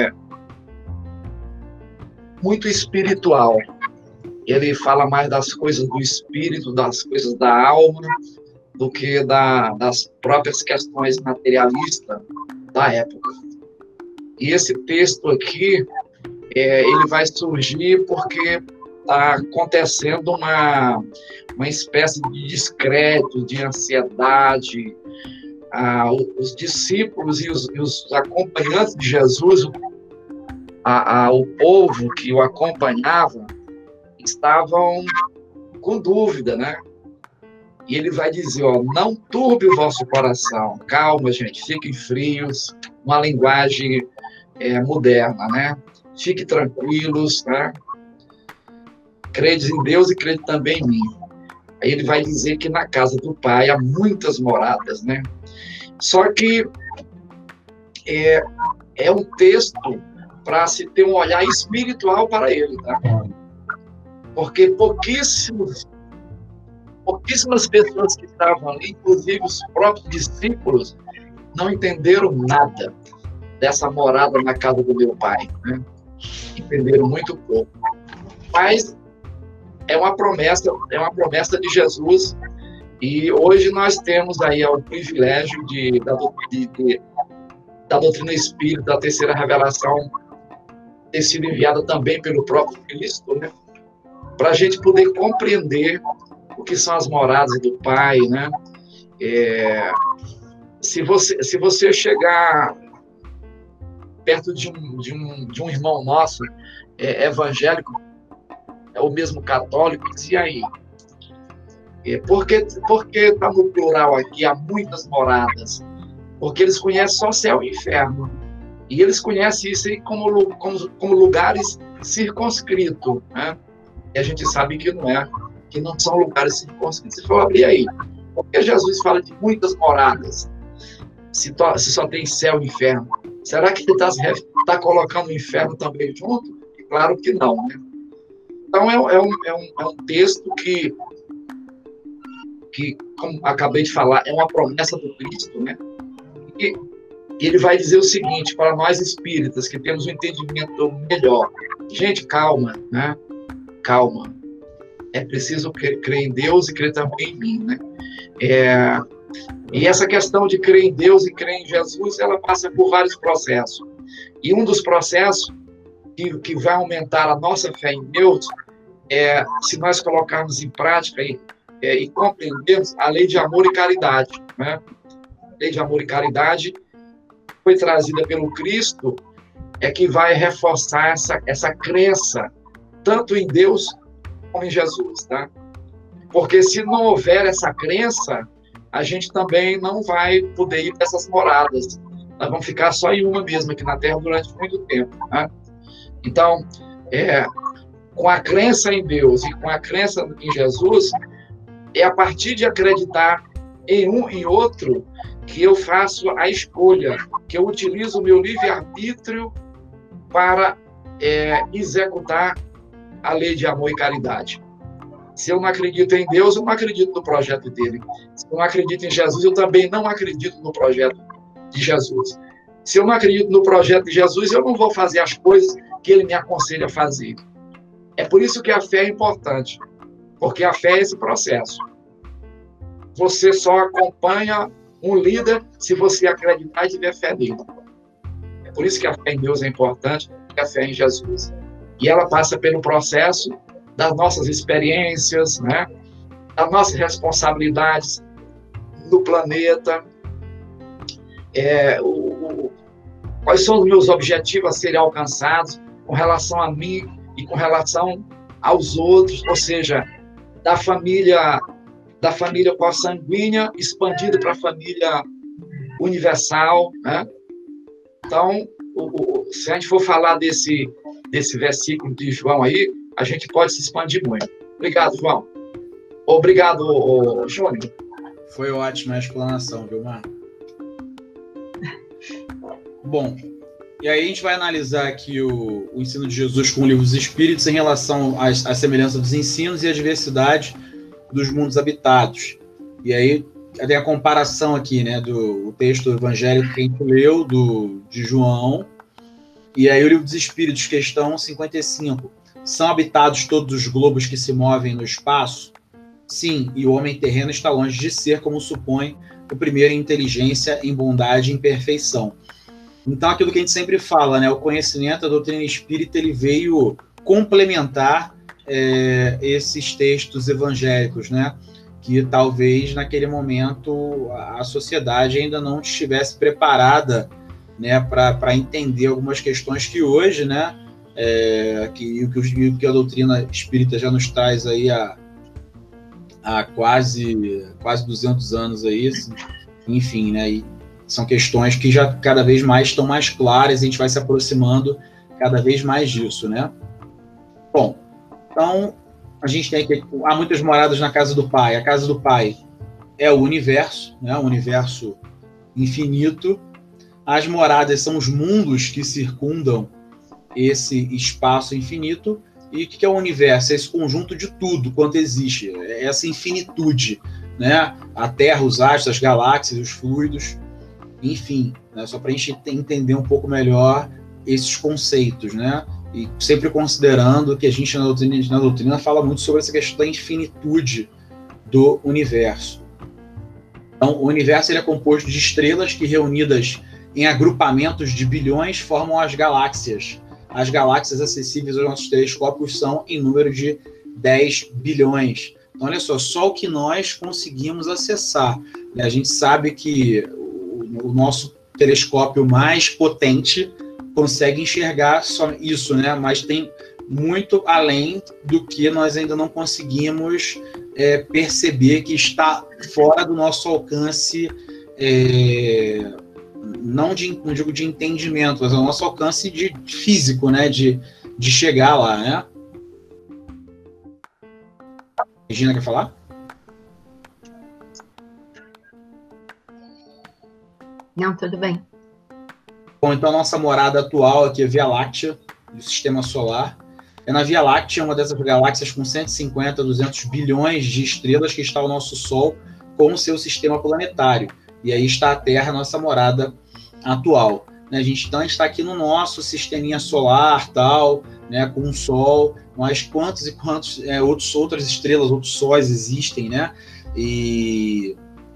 muito espiritual. Ele fala mais das coisas do espírito, das coisas da alma, do que das próprias questões materialistas da época. E esse texto aqui, ele vai surgir porque está acontecendo uma espécie de descrédito, de ansiedade. Os discípulos e os acompanhantes de Jesus, o povo que o acompanhava, estavam com dúvida, né? E ele vai dizer, não turbe o vosso coração. Calma, gente, fiquem frios, uma linguagem moderna, né? Fiquem tranquilos, né? Crede em Deus e crede também em mim. Aí ele vai dizer que na casa do Pai há muitas moradas, né? Só que é um texto para se ter um olhar espiritual para ele, tá? Porque pouquíssimas pessoas que estavam ali, inclusive os próprios discípulos, não entenderam nada dessa morada na casa do meu pai, né? Entenderam muito pouco. Mas é uma promessa de Jesus, e hoje nós temos aí o privilégio da doutrina espírita, da terceira revelação, ter sido enviada também pelo próprio Cristo, né? Para a gente poder compreender o que são as moradas do Pai, né? Se você chegar perto de um irmão nosso evangélico, ou mesmo católico, e aí? Por que está no plural aqui? Há muitas moradas. Porque eles conhecem só céu e inferno. E eles conhecem isso aí como lugares circunscritos, né? E a gente sabe que não é, que não são lugares circunscritos. Você falou, abrir aí. Porque Jesus fala de muitas moradas. Se só tem céu e inferno. Será que ele está colocando o inferno também junto? Claro que não, né? Então, é um texto que, como acabei de falar, é uma promessa do Cristo, né? E ele vai dizer o seguinte, para nós espíritas, que temos um entendimento melhor. Gente, calma, né? Calma. É preciso crer em Deus e crer também em mim, né? E essa questão de crer em Deus e crer em Jesus, ela passa por vários processos. E um dos processos que vai aumentar a nossa fé em Deus é se nós colocarmos em prática e compreendermos a lei de amor e caridade, né? A lei de amor e caridade foi trazida pelo Cristo, que vai reforçar essa crença tanto em Deus como em Jesus, tá? Porque se não houver essa crença, a gente também não vai poder ir para essas moradas. Nós vamos ficar só em uma mesmo aqui na Terra durante muito tempo, tá? Então, com a crença em Deus e com a crença em Jesus, é a partir de acreditar em um e outro que eu faço a escolha, que eu utilizo o meu livre-arbítrio para executar a lei de amor e caridade. Se eu não acredito em Deus, eu não acredito no projeto dele. Se eu não acredito em Jesus, eu também não acredito no projeto de Jesus. Se eu não acredito no projeto de Jesus, eu não vou fazer as coisas que ele me aconselha a fazer. É por isso que a fé é importante, porque a fé é esse processo. Você só acompanha um líder se você acreditar e tiver fé nele. É por isso que a fé em Deus é importante, e a fé em Jesus. E ela passa pelo processo das nossas experiências, né? Das nossas responsabilidades no planeta, quais são os meus objetivos a serem alcançados com relação a mim e com relação aos outros, ou seja, da família consanguínea expandida para a família universal, né? Então, se a gente for falar desse versículo de João aí, a gente pode se expandir muito. Obrigado, João. Obrigado, Júnior.
Foi ótima a explanação, Vilmar. Bom, e aí a gente vai analisar aqui o ensino de Jesus com o Livro dos Espíritos em relação à semelhança dos ensinos e à diversidade dos mundos habitados. E aí tem a comparação aqui, né, do texto evangélico que a gente leu, de João, e aí o Livro dos Espíritos, questão 55. São habitados todos os globos que se movem no espaço? Sim, e o homem terreno está longe de ser, como supõe o primeiro em inteligência, em bondade e em perfeição. Então, aquilo que a gente sempre fala, né, o conhecimento da doutrina espírita, ele veio complementar esses textos evangélicos, né, que talvez naquele momento a sociedade ainda não estivesse preparada, né, para entender algumas questões que hoje, né, que a doutrina espírita já nos traz aí há quase 200 anos aí, enfim, né, e são questões que já cada vez mais estão mais claras, e a gente vai se aproximando cada vez mais disso, né? Bom, então a gente tem aqui, há muitas moradas na casa do Pai. A casa do Pai é o universo, né? O universo infinito. As moradas são os mundos que circundam esse espaço infinito. E o que é o universo? É esse conjunto de tudo quanto existe, é essa infinitude, né? A Terra, os astros, as galáxias, os fluidos, enfim, né? Só para a gente entender um pouco melhor esses conceitos, né? E sempre considerando que a gente na doutrina fala muito sobre essa questão da infinitude do universo. Então, o universo ele é composto de estrelas que, reunidas em agrupamentos de bilhões, formam as galáxias. As galáxias acessíveis aos nossos telescópios são em número de 10 bilhões. Então, olha só o que nós conseguimos acessar. A gente sabe que o nosso telescópio mais potente consegue enxergar só isso, né? Mas tem muito além do que nós ainda não conseguimos perceber, que está fora do nosso alcance não digo de entendimento, mas ao nosso alcance de físico, né? De chegar lá, né? Regina, quer falar?
Não, tudo bem.
Bom, então a nossa morada atual aqui é Via Láctea, do Sistema Solar. É na Via Láctea, uma dessas galáxias com 150, 200 bilhões de estrelas, que está o nosso Sol com o seu sistema planetário. E aí está a Terra, nossa morada atual. Né? A gente então está aqui no nosso sisteminha solar, tal, né, com o Sol, mas quantos e quantos outras estrelas, outros sóis existem, né? E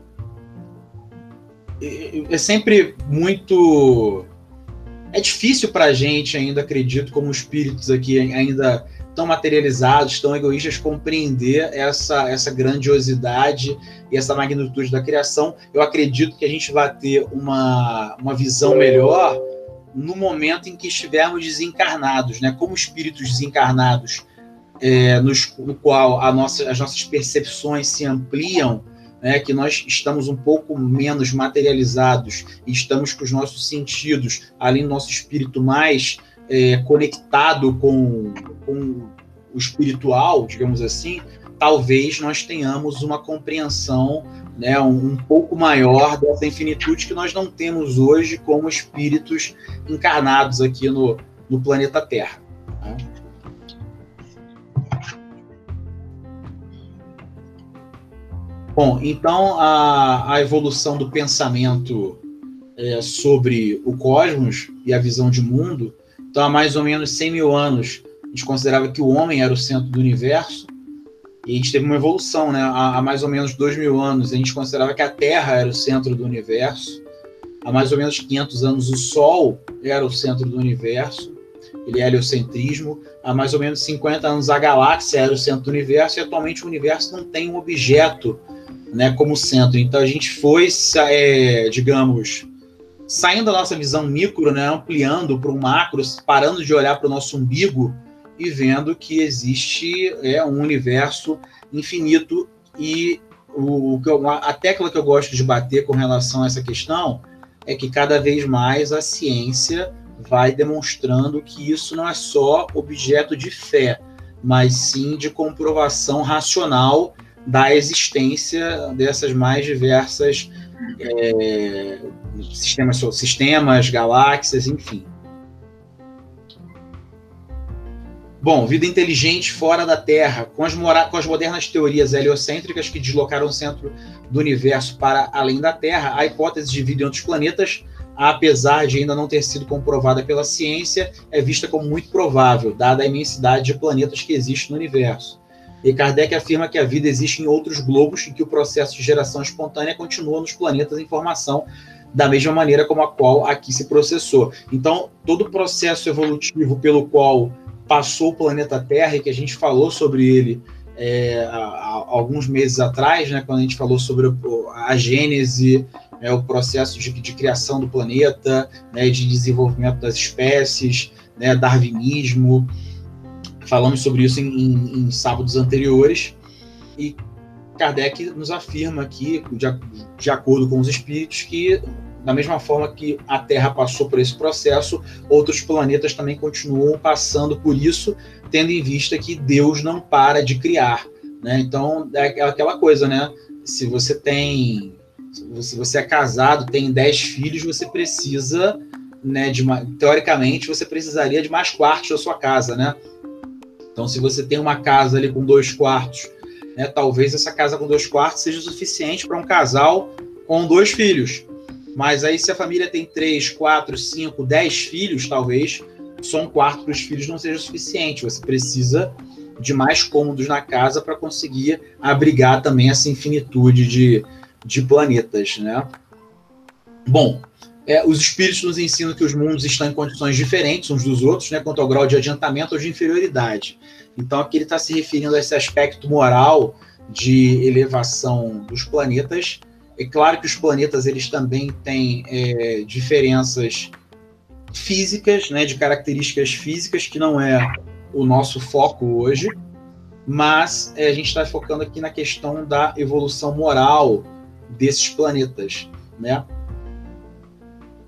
é sempre muito... É difícil para a gente ainda, acredito, como espíritos aqui ainda tão materializados, tão egoístas, compreender essa grandiosidade e essa magnitude da criação. Eu acredito que a gente vai ter uma visão melhor no momento em que estivermos desencarnados, né? Como espíritos desencarnados, no qual as nossas percepções se ampliam, né, que nós estamos um pouco menos materializados e estamos com os nossos sentidos, além do nosso espírito mais conectado com o espiritual, digamos assim, talvez nós tenhamos uma compreensão, né, um pouco maior dessa infinitude que nós não temos hoje como espíritos encarnados aqui no planeta Terra. Né? Bom, então a evolução do pensamento sobre o cosmos e a visão de mundo, então há mais ou menos 100 mil anos a gente considerava que o homem era o centro do universo, e a gente teve uma evolução, né? Há mais ou menos 2.000 anos a gente considerava que a Terra era o centro do universo, há mais ou menos 500 anos o Sol era o centro do universo, ele é heliocentrismo, há mais ou menos 50 anos a galáxia era o centro do universo, e atualmente o universo não tem um objeto, né, como centro. Então a gente foi, digamos, saindo da nossa visão micro, né, ampliando para o macro, parando de olhar para o nosso umbigo e vendo que existe um universo infinito. E a tecla que eu gosto de bater com relação a essa questão é que cada vez mais a ciência vai demonstrando que isso não é só objeto de fé, mas sim de comprovação racional da existência dessas mais diversas sistemas, galáxias, enfim. Bom, vida inteligente fora da Terra, com as modernas teorias heliocêntricas que deslocaram o centro do universo para além da Terra, a hipótese de vida em outros planetas, apesar de ainda não ter sido comprovada pela ciência, é vista como muito provável, dada a imensidade de planetas que existe no universo. E Kardec afirma que a vida existe em outros globos e que o processo de geração espontânea continua nos planetas em formação da mesma maneira como a qual aqui se processou. Então, todo o processo evolutivo pelo qual passou o planeta Terra, e que a gente falou sobre ele há alguns meses atrás, né, quando a gente falou sobre a gênese, o processo de criação do planeta, né, de desenvolvimento das espécies, né, darwinismo. Falamos sobre isso em sábados anteriores, e Kardec nos afirma aqui, de acordo com os espíritos, que da mesma forma que a Terra passou por esse processo, outros planetas também continuam passando por isso, tendo em vista que Deus não para de criar, né? Então, é aquela coisa, né? Se você é casado, tem 10 filhos, você precisa, né, teoricamente, você precisaria de mais quartos da sua casa, né? Então, se você tem uma casa ali com 2 quartos, né, talvez essa casa com 2 quartos seja suficiente para um casal com 2 filhos. Mas aí, se a família tem 3, 4, 5, 10 filhos, talvez só um quarto para os filhos não seja suficiente. Você precisa de mais cômodos na casa para conseguir abrigar também essa infinitude de planetas, né? Bom, os espíritos nos ensinam que os mundos estão em condições diferentes uns dos outros, né, quanto ao grau de adiantamento ou de inferioridade. Então, aqui ele está se referindo a esse aspecto moral de elevação dos planetas. É claro que os planetas eles também têm diferenças físicas, né, de características físicas, que não é o nosso foco hoje, mas a gente está focando aqui na questão da evolução moral desses planetas, né?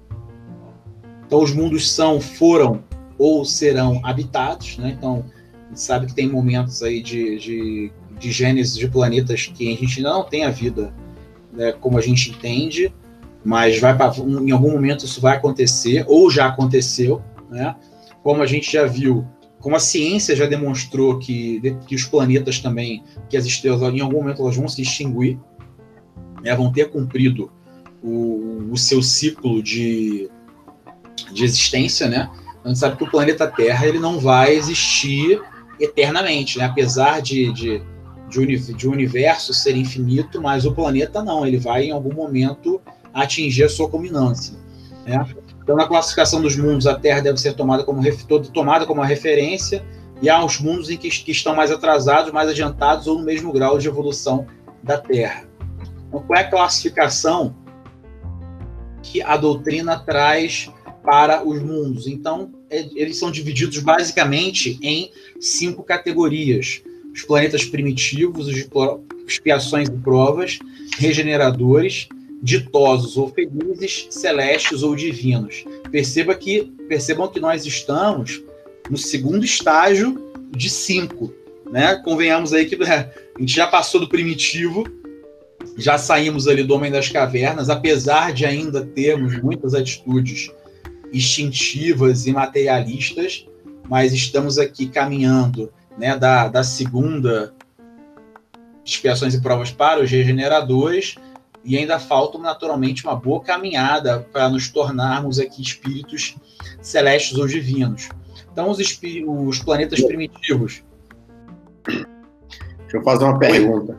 Então, os mundos foram ou serão habitados, né? Então, a gente sabe que tem momentos aí de gênese de planetas que a gente ainda não tem a vida, né, como a gente entende, mas em algum momento isso vai acontecer, ou já aconteceu, né? Como a gente já viu, como a ciência já demonstrou que os planetas também, que as estrelas, em algum momento elas vão se extinguir, né, vão ter cumprido o seu ciclo de existência, né? A gente sabe que o planeta Terra ele não vai existir eternamente, né? Apesar de o universo ser infinito, mas o planeta não, ele vai em algum momento atingir a sua culminância, né? Então, na classificação dos mundos, a Terra deve ser tomada como uma referência, e há os mundos em que estão mais atrasados, mais adiantados ou no mesmo grau de evolução da Terra. Então, qual é a classificação que a doutrina traz para os mundos? Então, eles são divididos basicamente em 5 categorias: os planetas primitivos, os expiações e provas, regeneradores, ditosos ou felizes, celestes ou divinos. Percebam que nós estamos no segundo estágio de 5, né? Convenhamos aí que a gente já passou do primitivo, já saímos ali do homem das cavernas, apesar de ainda termos muitas atitudes instintivas e materialistas, mas estamos aqui caminhando, né, da segunda expiações e provas para os regeneradores, e ainda falta naturalmente uma boa caminhada para nos tornarmos aqui espíritos celestes ou divinos. Então, os planetas primitivos.
Deixa eu fazer uma pergunta.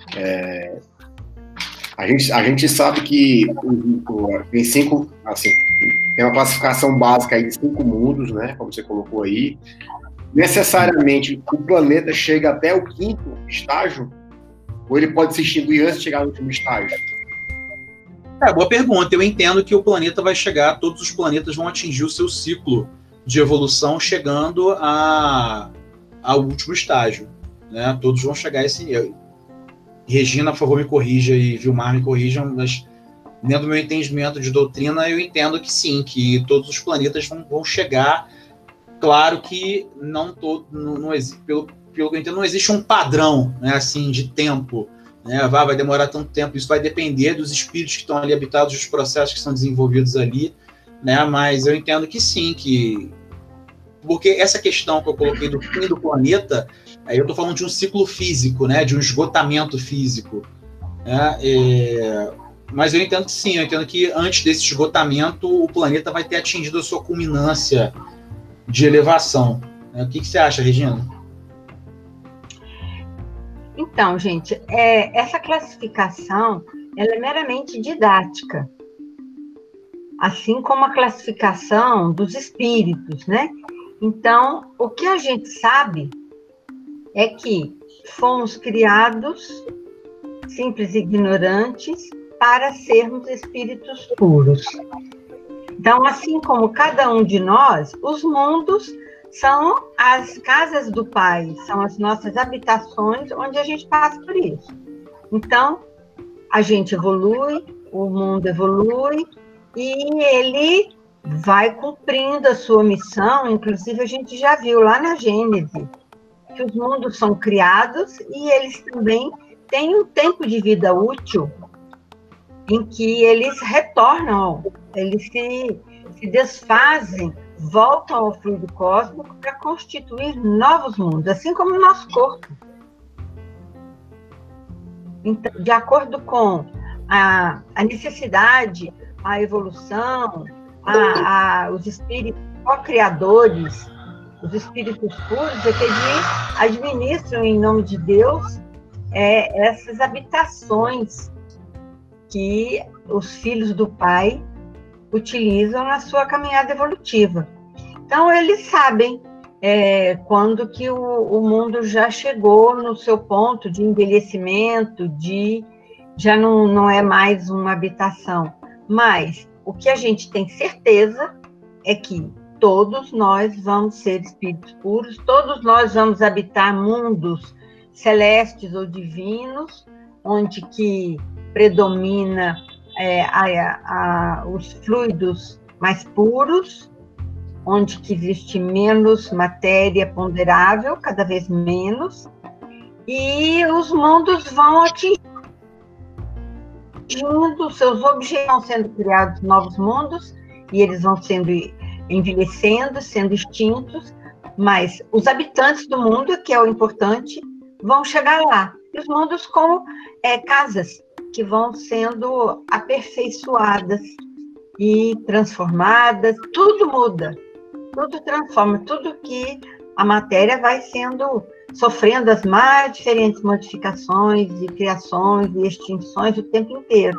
A gente sabe que tem 5, assim, tem uma classificação básica aí de 5 mundos, né? Como você colocou aí. Necessariamente o planeta chega até o 5º estágio? Ou ele pode se extinguir antes de chegar no último estágio?
Boa pergunta. Eu entendo que o planeta vai chegar, todos os planetas vão atingir o seu ciclo de evolução, chegando ao último estágio, né? Todos vão chegar a esse nível. Regina, por favor, me corrija, e Vilmar me corrijam, mas dentro do meu entendimento de doutrina, eu entendo que sim, que todos os planetas vão chegar. Claro que pelo que eu entendo, não existe um padrão, né, assim, de tempo, né? Vai demorar tanto tempo. Isso vai depender dos espíritos que estão ali habitados, dos processos que são desenvolvidos ali, né? Mas eu entendo que sim, porque essa questão que eu coloquei do fim do planeta, aí eu estou falando de um ciclo físico, né? De um esgotamento físico, né? Mas eu entendo que sim, eu entendo que antes desse esgotamento o planeta vai ter atingido a sua culminância de elevação. O que você acha, Regina?
Então, gente, essa classificação ela é meramente didática, assim como a classificação dos espíritos, né? Então, o que a gente sabe é que fomos criados simples e ignorantes para sermos espíritos puros. Então, assim como cada um de nós, os mundos são as casas do Pai, são as nossas habitações onde a gente passa por isso. Então, a gente evolui, o mundo evolui, e ele vai cumprindo a sua missão. Inclusive, a gente já viu lá na Gênese que os mundos são criados e eles também têm um tempo de vida útil em que eles retornam, eles se desfazem, voltam ao fluido cósmico para constituir novos mundos, assim como o nosso corpo. Então, de acordo com a necessidade, a evolução, os espíritos co-criadores, os espíritos puros, é que eles administram em nome de Deus essas habitações que os filhos do Pai utilizam na sua caminhada evolutiva. Então, eles sabem quando que o mundo já chegou no seu ponto de envelhecimento, já não é mais uma habitação. Mas o que a gente tem certeza é que todos nós vamos ser espíritos puros, todos nós vamos habitar mundos celestes ou divinos, onde que predomina os fluidos mais puros, onde que existe menos matéria ponderável, cada vez menos, e os mundos vão atingindo seus objetos, vão sendo criados novos mundos, e eles vão sendo envelhecendo, sendo extintos, mas os habitantes do mundo, que é o importante, vão chegar lá. E os mundos como casas que vão sendo aperfeiçoadas e transformadas, tudo muda, tudo transforma, tudo que a matéria vai sofrendo as mais diferentes modificações e criações e extinções o tempo inteiro.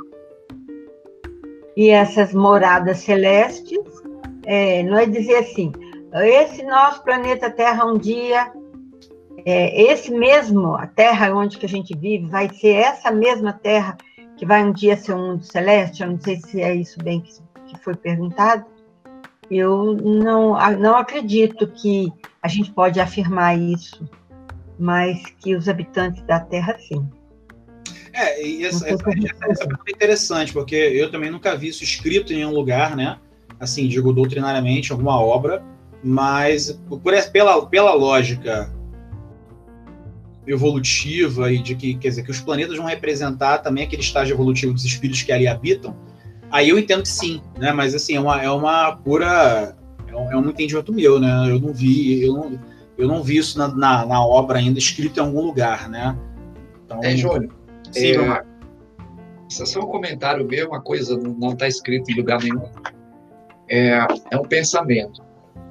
E essas moradas celestes, não é dizer assim, esse nosso planeta Terra um dia, esse mesmo, a Terra onde que a gente vive, vai ser essa mesma Terra que vai um dia ser um mundo celeste? Eu não sei se é isso bem que foi perguntado. Eu não acredito que a gente pode afirmar isso, mas que os habitantes da Terra, sim.
E essa é interessante, porque eu também nunca vi isso escrito em nenhum lugar, né? Assim, digo, doutrinariamente, em alguma obra, mas pela lógica evolutiva e de que, quer dizer, que os planetas vão representar também aquele estágio evolutivo dos espíritos que ali habitam, aí eu entendo que sim, né? Mas assim, é uma pura, é um entendimento meu, né? Eu não vi isso na obra ainda escrito em algum lugar, né?
Então, Júnior,
sim,
isso é só um comentário meu, uma coisa não está escrito em lugar nenhum. É um pensamento.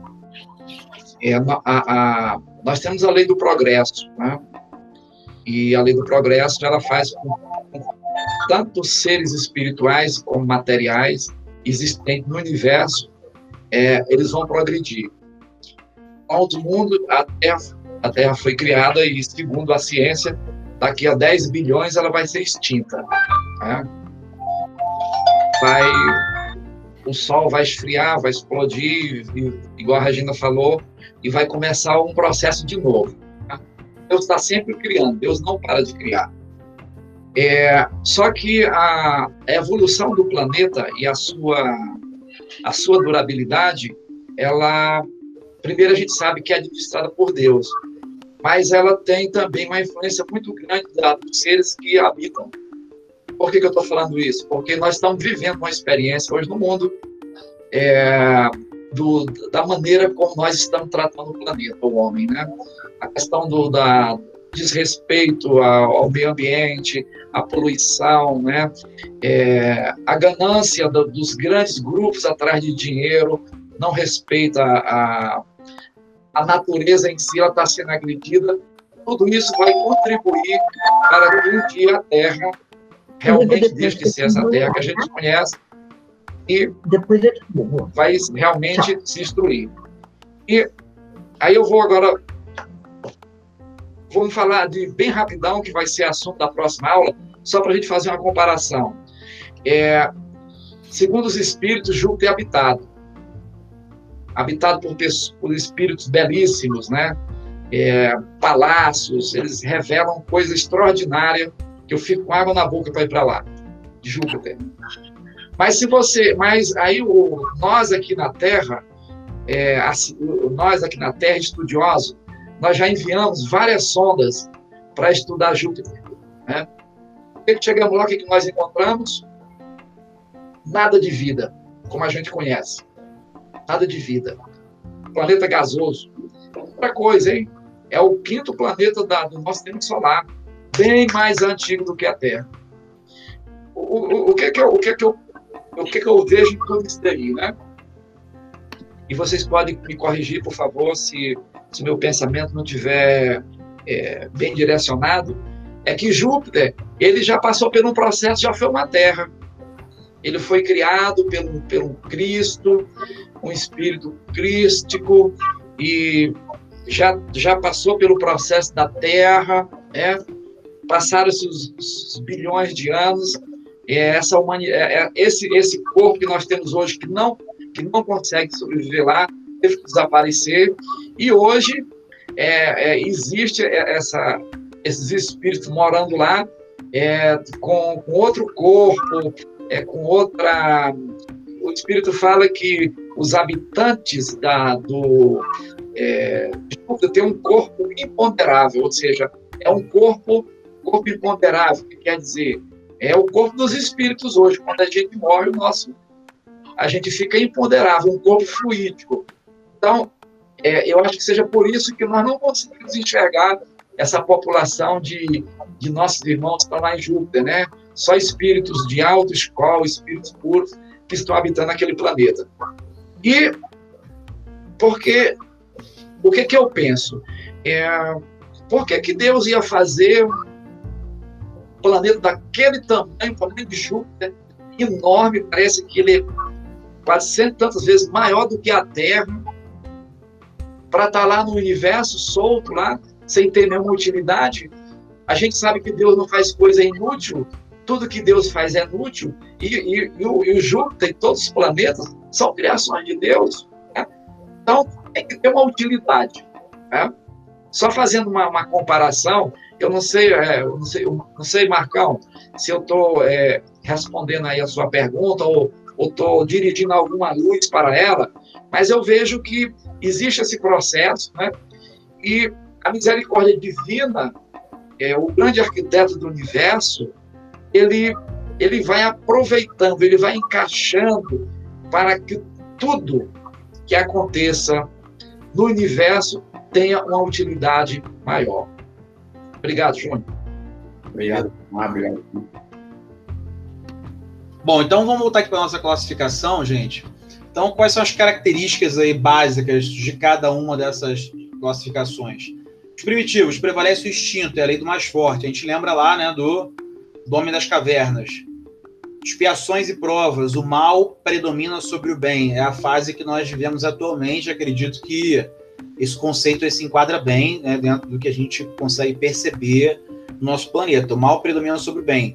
Nós temos a lei do progresso, né? E a lei do progresso, ela faz com tanto seres espirituais como materiais existentes no universo, eles vão progredir. Ao mundo, a Terra foi criada e, segundo a ciência, daqui a 10 bilhões ela vai ser extinta, né? O Sol vai esfriar, vai explodir, igual a Regina falou, e vai começar um processo de novo. Deus está sempre criando, Deus não para de criar. Só que a evolução do planeta e a sua durabilidade, primeiro a gente sabe que é administrada por Deus, mas ela tem também uma influência muito grande dos seres que habitam. Por que eu estou falando isso? Porque nós estamos vivendo uma experiência hoje no mundo da maneira como nós estamos tratando o planeta, o homem, né? A questão do desrespeito ao meio ambiente, a poluição, né? A ganância dos grandes grupos atrás de dinheiro, não respeita a natureza em si, ela está sendo agredida. Tudo isso vai contribuir para que um dia a Terra realmente deixe de ser essa Terra que a gente conhece e vai realmente se destruir. E aí eu vou falar bem rapidão, que vai ser assunto da próxima aula, só para a gente fazer uma comparação. Segundo os espíritos, Júpiter é habitado por espíritos belíssimos, né? Palácios, eles revelam coisa extraordinária, que eu fico com água na boca para ir para lá, de Júpiter. Mas nós aqui na Terra, estudiosos, nós já enviamos várias sondas para estudar Júpiter, né? Chegamos lá, o que nós encontramos? Nada de vida, como a gente conhece. Nada de vida. Planeta gasoso. Outra coisa, hein? É o 5º planeta do nosso sistema solar, bem mais antigo do que a Terra. O que eu vejo em tudo isso daí, né? E vocês podem me corrigir, por favor, se o meu pensamento não estiver bem direcionado. É que Júpiter, ele já passou por um processo, já foi uma Terra. Ele foi criado pelo Cristo, um espírito crístico, e já passou pelo processo da Terra, passaram-se os bilhões de anos, esse corpo que nós temos hoje, que não consegue sobreviver lá, teve que desaparecer, e hoje existe esses espíritos morando lá, com outro corpo, com o Espírito fala que os habitantes Júpiter têm um corpo imponderável, ou seja, é um corpo imponderável, que quer dizer, é o corpo dos espíritos hoje. Quando a gente morre, a gente fica imponderável, um corpo fluídico. Então, eu acho que seja por isso que nós não conseguimos enxergar essa população de nossos irmãos que estão lá em Júpiter, né? Só espíritos de alta escola, espíritos puros, que estão habitando aquele planeta. E o que eu penso? Por que Deus ia fazer um planeta daquele tamanho, o planeta de Júpiter, enorme, parece que ele é quase 100 tantas vezes maior do que a Terra, para estar lá no universo, solto lá, sem ter nenhuma utilidade? A gente sabe que Deus não faz coisa inútil, tudo que Deus faz é útil, e o Júpiter e todos os planetas são criações de Deus, né? Então, tem que ter uma utilidade, né? Só fazendo uma comparação, eu não sei, Marcão, se eu estou respondendo aí a sua pergunta ou estou dirigindo alguma luz para ela, mas eu vejo que existe esse processo, né? E a misericórdia divina, o grande arquiteto do universo, ele vai aproveitando, ele vai encaixando para que tudo que aconteça no universo tenha uma utilidade maior. Obrigado, Júnior.
Obrigado. Obrigado.
Bom, então vamos voltar aqui para a nossa classificação, gente. Então, quais são as características aí básicas de cada uma dessas classificações? Os primitivos, prevalece o instinto, é a lei do mais forte. A gente lembra lá, né, do Homem das Cavernas. Expiações e provas, o mal predomina sobre o bem. É a fase que nós vivemos atualmente. Acredito que esse conceito se enquadra bem, né, dentro do que a gente consegue perceber no nosso planeta. O mal predomina sobre o bem.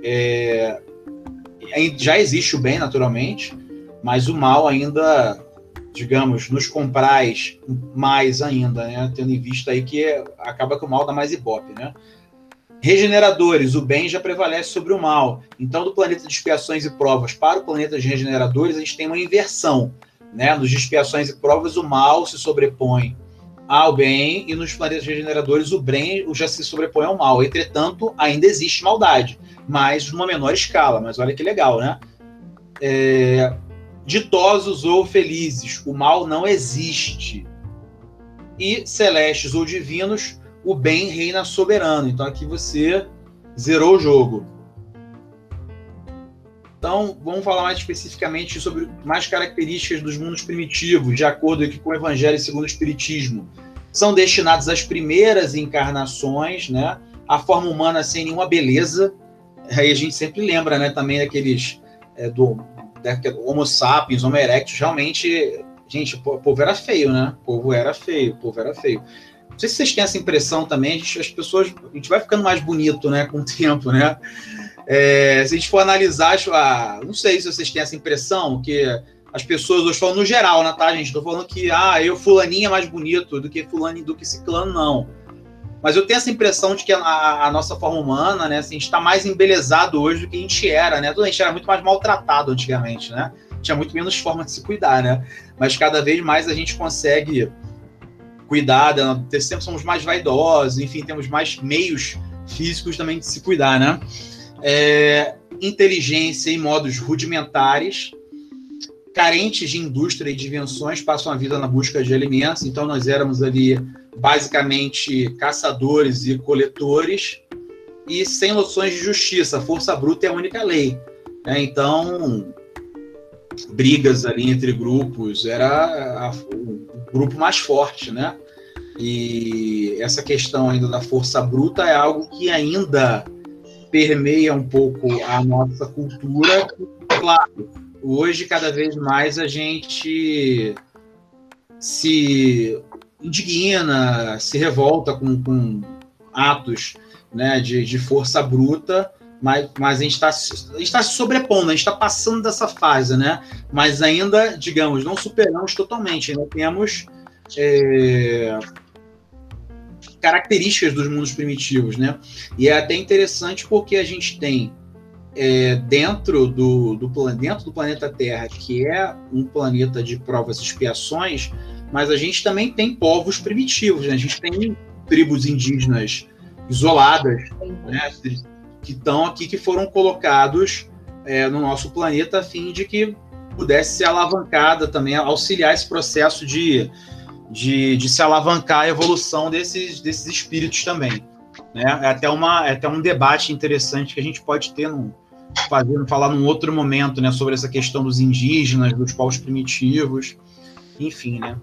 Já existe o bem, naturalmente, mas o mal ainda, digamos, nos compraz mais ainda, né, tendo em vista aí que acaba que o mal dá mais ibope, né? Regeneradores, o bem já prevalece sobre o mal. Então, do planeta de expiações e provas para o planeta de regeneradores, a gente tem uma inversão, né? Nos de expiações e provas, o mal se sobrepõe ao bem, e nos planetas regeneradores, o bem já se sobrepõe ao mal. Entretanto, ainda existe maldade, mas numa menor escala. Mas olha que legal, né? Ditosos ou felizes, o mal não existe. E celestes ou divinos, o bem reina soberano. Então aqui você zerou o jogo. Então vamos falar mais especificamente sobre mais características dos mundos primitivos, de acordo aqui com o Evangelho segundo o Espiritismo. São destinados às primeiras encarnações, né? A forma humana sem nenhuma beleza. Aí a gente sempre lembra, né, também daqueles do Homo sapiens, Homo erectus. Realmente, gente, o povo era feio, né? O povo era feio. Não sei se vocês têm essa impressão também, a gente vai ficando mais bonito, né, com o tempo, né? Se a gente for analisar, não sei se vocês têm essa impressão, que as pessoas hoje falam no geral, né, tá, gente? Estou falando que, fulaninho é mais bonito do que fulano, do que ciclano, não. Mas eu tenho essa impressão de que a nossa forma humana, né, assim, a gente está mais embelezado hoje do que a gente era, né? A gente era muito mais maltratado antigamente, né? Tinha muito menos forma de se cuidar, né? Mas cada vez mais a gente consegue cuidar, sempre somos mais vaidosos, enfim, temos mais meios físicos também de se cuidar, né? Inteligência em modos rudimentares, carentes de indústria e de invenções, passam a vida na busca de alimentos. Então nós éramos ali basicamente caçadores e coletores, e sem noções de justiça. A força bruta é a única lei, né? Então brigas ali entre grupos, era o grupo mais forte, né? E essa questão ainda da força bruta é algo que ainda permeia um pouco a nossa cultura. Claro, hoje cada vez mais a gente se indigna, se revolta com atos, né, de força bruta, mas a gente está se sobrepondo, a gente está passando dessa fase, né? Mas ainda, digamos, não superamos totalmente, ainda temos características dos mundos primitivos, né? E é até interessante porque a gente tem dentro do planeta Terra, que é um planeta de provas e expiações, mas a gente também tem povos primitivos, né? A gente tem tribos indígenas isoladas, né? Que estão aqui, que foram colocados no nosso planeta a fim de que pudesse ser alavancada também, auxiliar esse processo de se alavancar a evolução desses espíritos também, né? É até um debate interessante que a gente pode ter falar num outro momento, né, sobre essa questão dos indígenas, dos povos primitivos, enfim, né?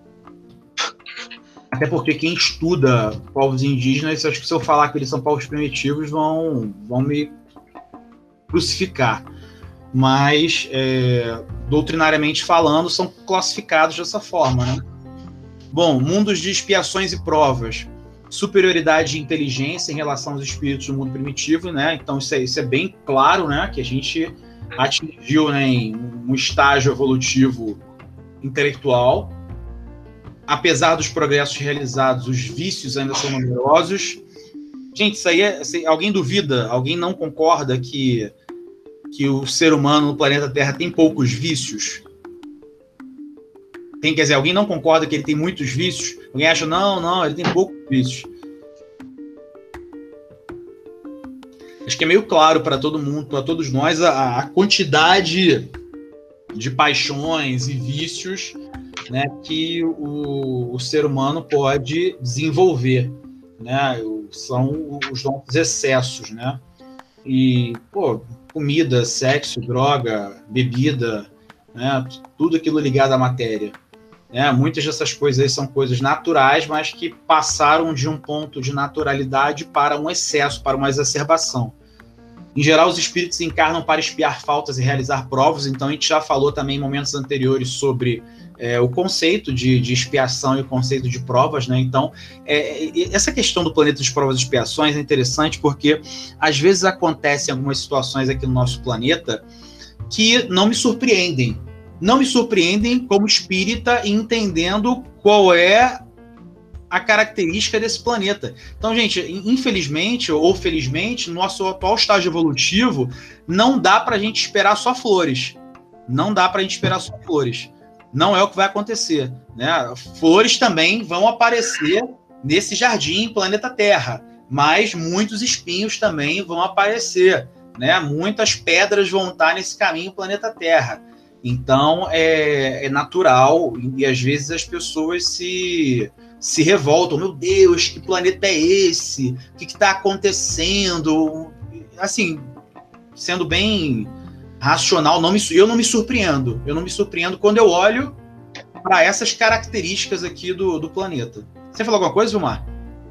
Até porque quem estuda povos indígenas, acho que se eu falar que eles são povos primitivos, vão me crucificar. Mas, doutrinariamente falando, são classificados dessa forma, né? Bom, mundos de expiações e provas. Superioridade de inteligência em relação aos espíritos do mundo primitivo, né? Então isso é bem claro, né? Que a gente atingiu, né, em um estágio evolutivo intelectual. Apesar dos progressos realizados, os vícios ainda são numerosos. Gente, isso aí alguém duvida? Alguém não concorda que o ser humano no planeta Terra tem poucos vícios? Quer dizer, alguém não concorda que ele tem muitos vícios? Alguém acha, não, ele tem poucos vícios. Acho que é meio claro para todo mundo, para todos nós, a quantidade de paixões e vícios, né, que o ser humano pode desenvolver, né? São os nossos excessos, né? E, comida, sexo, droga, bebida, né? Tudo aquilo ligado à matéria. Muitas dessas coisas aí são coisas naturais, mas que passaram de um ponto de naturalidade para um excesso, para uma exacerbação. Em geral, os espíritos encarnam para expiar faltas e realizar provas, então a gente já falou também em momentos anteriores sobre o conceito de expiação e o conceito de provas, né? Então, essa questão do planeta de provas e expiações é interessante porque, às vezes, acontecem algumas situações aqui no nosso planeta que não me surpreendem. Não me surpreendem como espírita entendendo qual é a característica desse planeta. Então, gente, infelizmente ou felizmente, no nosso atual estágio evolutivo, não dá para a gente esperar só flores. Não dá para a gente esperar só flores. Não é o que vai acontecer, né? Flores também vão aparecer nesse jardim planeta Terra, mas muitos espinhos também vão aparecer, né? Muitas pedras vão estar nesse caminho planeta Terra. Então, é natural, e às vezes as pessoas se revoltam. Meu Deus, que planeta é esse? O que está acontecendo? Assim, sendo bem racional, eu não me surpreendo. Eu não me surpreendo quando eu olho para essas características aqui do planeta. Você falou alguma coisa, Vilmar?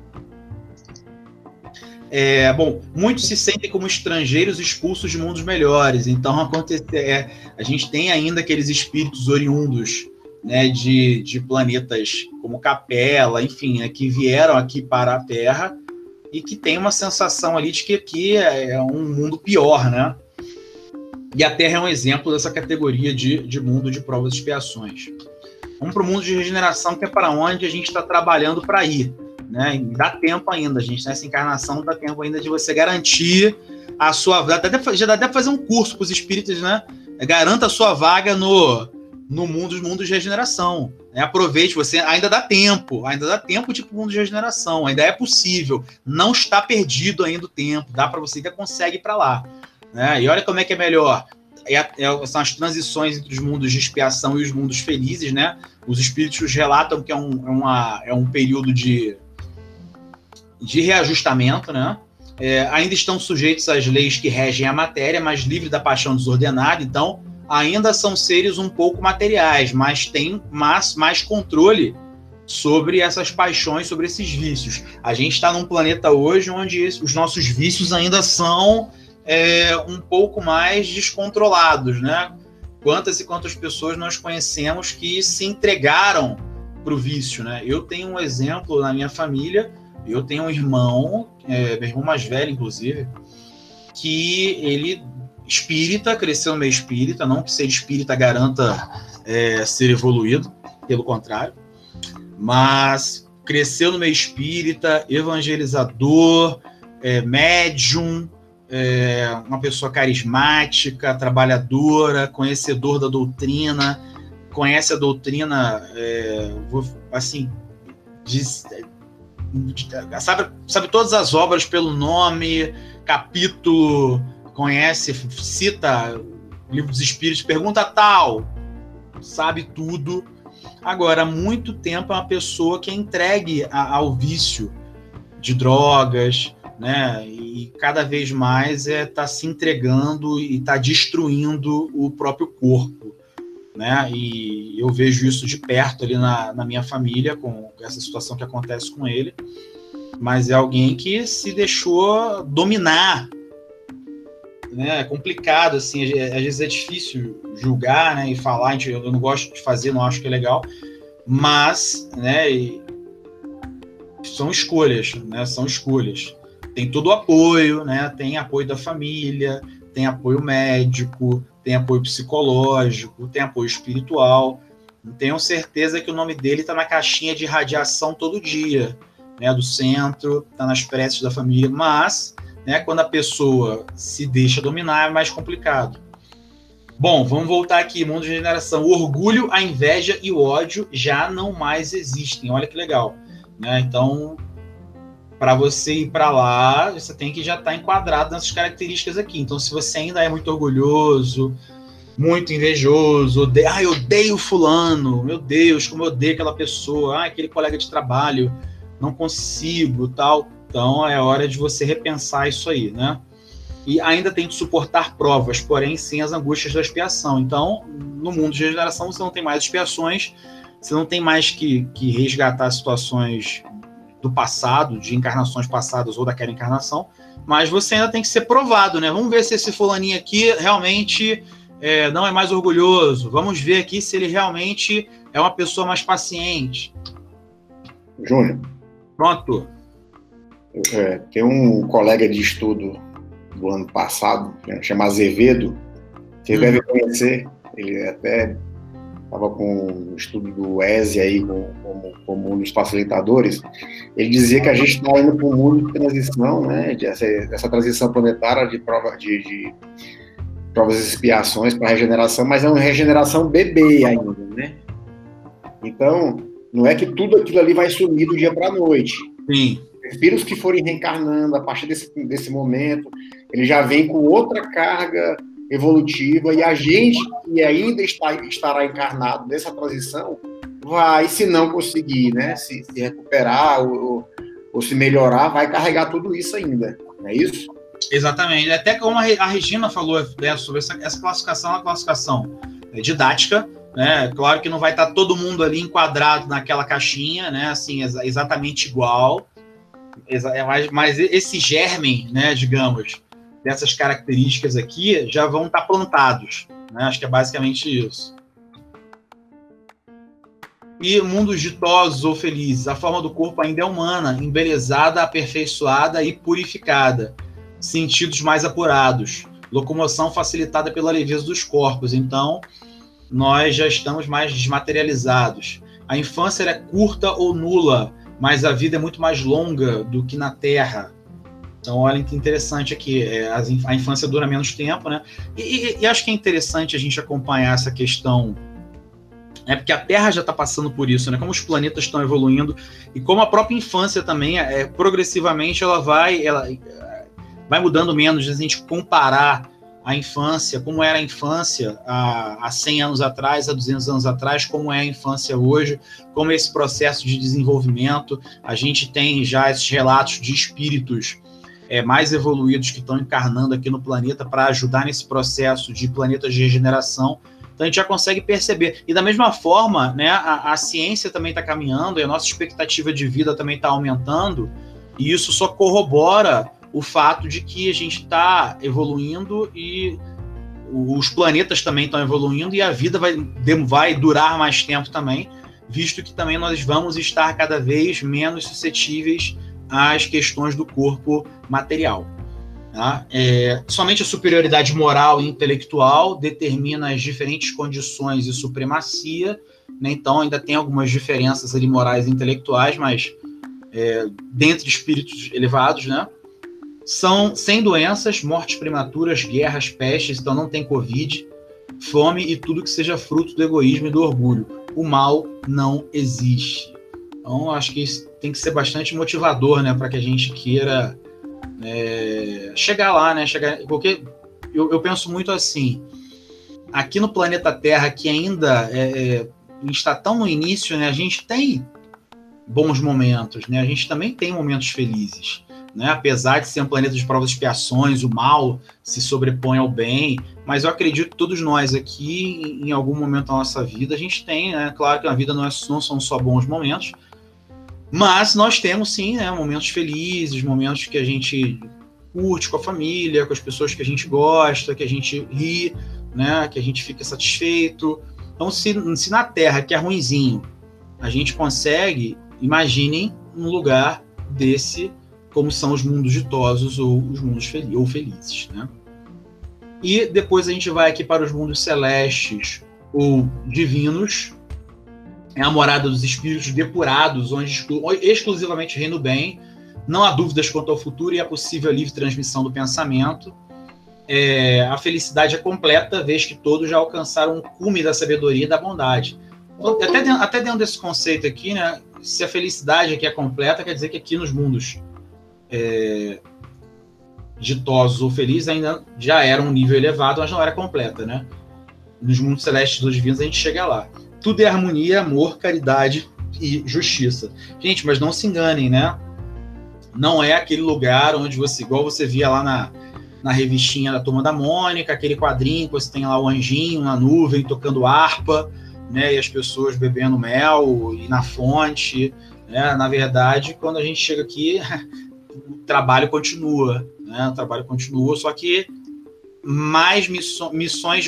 Bom, muitos se sentem como estrangeiros expulsos de mundos melhores. Então, a gente tem ainda aqueles espíritos oriundos, né, de planetas como Capela, enfim, né, que vieram aqui para a Terra e que tem uma sensação ali de que aqui é um mundo pior, né? E a Terra é um exemplo dessa categoria de mundo de provas e expiações. Vamos para o mundo de regeneração, que é para onde a gente está trabalhando para ir. Né? Dá tempo ainda, gente. Nessa encarnação dá tempo ainda de você garantir a sua vaga. Já dá até fazer um curso para os espíritos, né? Garanta a sua vaga no mundo de regeneração. Né? Aproveite, você ainda dá tempo de ir para o mundo de regeneração, ainda é possível. Não está perdido ainda o tempo, dá para você que consegue ir para lá. Né? E olha como é que é melhor. São as transições entre os mundos de expiação e os mundos felizes, né? Os espíritos relatam que é um período de reajustamento, né? Ainda estão sujeitos às leis que regem a matéria, mas livres da paixão desordenada, então ainda são seres um pouco materiais, mas têm mais controle sobre essas paixões, sobre esses vícios. A gente está num planeta hoje onde os nossos vícios ainda são um pouco mais descontrolados, né? Quantas e quantas pessoas nós conhecemos que se entregaram para o vício, né? Eu tenho um exemplo na minha família. Eu tenho um irmão, meu irmão mais velho, inclusive, que ele, espírita, cresceu no meio espírita, não que ser espírita garanta ser evoluído, pelo contrário, mas cresceu no meio espírita, evangelizador, médium, uma pessoa carismática, trabalhadora, conhecedor da doutrina, conhece a doutrina, assim, sabe todas as obras pelo nome, capítulo, conhece, cita o Livro dos Espíritos, pergunta tal, sabe tudo. Agora, há muito tempo é uma pessoa que é entregue ao vício de drogas, né? E cada vez mais está se entregando e está destruindo o próprio corpo, né? E eu vejo isso de perto ali na minha família, com essa situação que acontece com ele, mas é alguém que se deixou dominar, né? É complicado, assim, às vezes é difícil julgar, né, e falar, eu não gosto de fazer, não acho que é legal, mas, né, são escolhas, né, são escolhas. Tem todo o apoio, né, tem apoio da família, tem apoio médico, tem apoio psicológico, tem apoio espiritual. Tenho certeza que o nome dele está na caixinha de radiação todo dia, né, do centro, está nas preces da família, mas, né, quando a pessoa se deixa dominar, é mais complicado. Bom, vamos voltar aqui, mundo de regeneração. O orgulho, a inveja e o ódio já não mais existem. Olha que legal, né? Então, para você ir para lá, você tem que já estar enquadrado nessas características aqui. Então, se você ainda é muito orgulhoso, muito invejoso, eu odeio fulano, meu Deus, como eu odeio aquela pessoa, aquele colega de trabalho, não consigo, tal. Então, é hora de você repensar isso aí, né? E ainda tem que suportar provas, porém sem as angústias da expiação. Então, no mundo de regeneração, você não tem mais expiações, você não tem mais que resgatar situações do passado, de encarnações passadas ou daquela encarnação, mas você ainda tem que ser provado, né? Vamos ver se esse fulaninho aqui realmente não é mais orgulhoso. Vamos ver aqui se ele realmente é uma pessoa mais paciente.
Júnior.
Pronto.
Tem um colega de estudo do ano passado, chama Azevedo, vocês devem conhecer, ele até estava com o estudo do ESE aí como um dos facilitadores. Ele dizia que a gente está indo para um mundo de transição, né, essa transição planetária de provas e expiações para regeneração, mas é uma regeneração bebê ainda, né? Então, não é que tudo aquilo ali vai sumir do dia para a noite.
Sim.
Espíritos que forem reencarnando a partir desse momento, ele já vem com outra carga evolutiva, e a gente que ainda estará encarnado nessa transição vai, se não conseguir, né, se recuperar ou se melhorar, vai carregar tudo isso ainda, não é isso?
Exatamente. Até como a Regina falou, né, sobre essa classificação, uma classificação didática, né? Claro que não vai estar todo mundo ali enquadrado naquela caixinha, né, assim, exatamente igual, mas esse germe, né, digamos, dessas características aqui já vão estar plantados, né? Acho que é basicamente isso. E mundos ditosos ou felizes, a forma do corpo ainda é humana, embelezada, aperfeiçoada e purificada, sentidos mais apurados, locomoção facilitada pela leveza dos corpos, então nós já estamos mais desmaterializados. A infância é curta ou nula, mas a vida é muito mais longa do que na Terra. Então, olha que interessante aqui, a infância dura menos tempo, né? E acho que é interessante a gente acompanhar essa questão, porque a Terra já está passando por isso, né? Como os planetas estão evoluindo e como a própria infância também, progressivamente, ela vai mudando menos. A gente comparar a infância, como era a infância há 100 anos atrás, há 200 anos atrás, como é a infância hoje, como é esse processo de desenvolvimento. A gente tem já esses relatos de espíritos mais evoluídos que estão encarnando aqui no planeta para ajudar nesse processo de planetas de regeneração. Então a gente já consegue perceber. E da mesma forma, né, a ciência também está caminhando e a nossa expectativa de vida também está aumentando, e isso só corrobora o fato de que a gente está evoluindo e os planetas também estão evoluindo e a vida vai durar mais tempo também, visto que também nós vamos estar cada vez menos suscetíveis às questões do corpo material. Tá? Somente a superioridade moral e intelectual determina as diferentes condições e supremacia, né? Então ainda tem algumas diferenças ali morais e intelectuais, mas dentre espíritos elevados, né? são sem doenças, mortes prematuras, guerras, pestes, então não tem Covid, fome e tudo que seja fruto do egoísmo e do orgulho. O mal não existe. Então, acho que isso tem que ser bastante motivador, né, para que a gente queira chegar lá, né? Porque eu penso muito assim, aqui no planeta Terra, que ainda está tão no início, né, a gente tem bons momentos, né? A gente também tem momentos felizes, né? Apesar de ser um planeta de provas e expiações, o mal se sobrepõe ao bem, mas eu acredito que todos nós aqui, em algum momento da nossa vida, a gente tem, né? Claro que a vida não são só bons momentos, mas nós temos sim, né, momentos felizes, momentos que a gente curte com a família, com as pessoas que a gente gosta, que a gente ri, né, que a gente fica satisfeito. Então, se na Terra, que é ruinzinho, a gente consegue, imaginem um lugar desse, como são os mundos ditosos ou os mundos felizes, né? E depois a gente vai aqui para os mundos celestes ou divinos, é a morada dos espíritos depurados, onde exclusivamente reina o bem, não há dúvidas quanto ao futuro e a possível livre transmissão do pensamento. A felicidade é completa, vez que todos já alcançaram o cume da sabedoria e da bondade. Até dentro desse conceito aqui, né, se a felicidade aqui é completa, quer dizer que aqui nos mundos ditosos ou felizes ainda já era um nível elevado, mas não era completa, né? Nos mundos celestes dos divinos a gente chega lá. Tudo é harmonia, amor, caridade e justiça. Gente, mas não se enganem, né? Não é aquele lugar onde você, igual você via lá na revistinha da Turma da Mônica, aquele quadrinho que você tem lá o anjinho na nuvem tocando harpa, né? E as pessoas bebendo mel e na fonte, né? Na verdade, quando a gente chega aqui, o trabalho continua, né? O trabalho continua, só que mais missões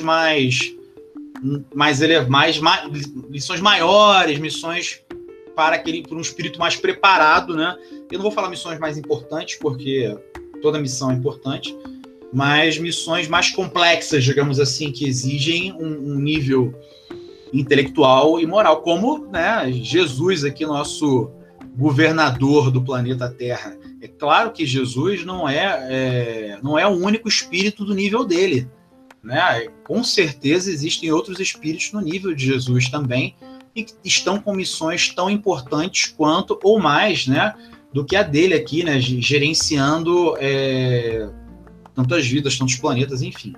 lições maiores, missões para um espírito mais preparado, né? Eu não vou falar missões mais importantes, porque toda missão é importante, mas missões mais complexas, digamos assim, que exigem um nível intelectual e moral, como, né, Jesus aqui, nosso governador do planeta Terra. É claro que Jesus não é o único espírito do nível dele, né? Com certeza existem outros espíritos no nível de Jesus também e que estão com missões tão importantes quanto ou mais, né, do que a dele aqui, né, gerenciando tantas vidas, tantos planetas, enfim.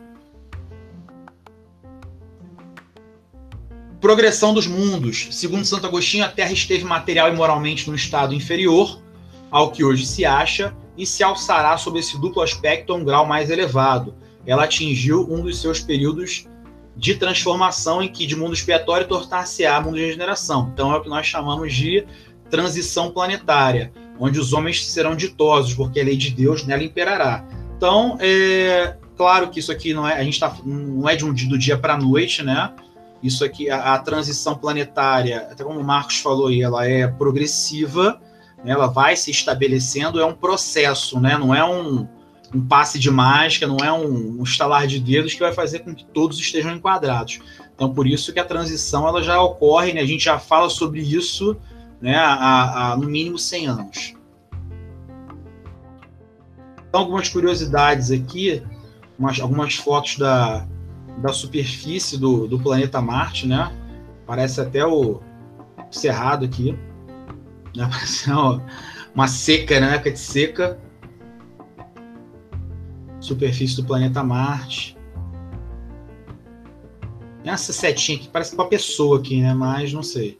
Progressão dos mundos. Segundo Santo Agostinho, a Terra esteve material e moralmente num estado inferior ao que hoje se acha e se alçará sob esse duplo aspecto a um grau mais elevado. Ela atingiu um dos seus períodos de transformação em que de mundo expiatório tornar-se-á mundo de regeneração. Então é o que nós chamamos de transição planetária, onde os homens serão ditosos, porque a lei de Deus nela imperará. Então, claro que isso aqui não é do dia para a noite, né? Isso aqui, a transição planetária, até como o Marcos falou aí, ela é progressiva, né? Ela vai se estabelecendo, é um processo, né? Não é um passe de mágica, não é um estalar de dedos que vai fazer com que todos estejam enquadrados. Então, por isso que a transição ela já ocorre, né? A gente já fala sobre isso, né, há no mínimo 100 anos. Então, algumas curiosidades aqui, algumas fotos da superfície do planeta Marte, né? Parece até o Cerrado aqui, né? Parece uma seca, né? Época de seca. Superfície do planeta Marte. Tem essa setinha aqui, parece uma pessoa aqui, né? Mas não sei.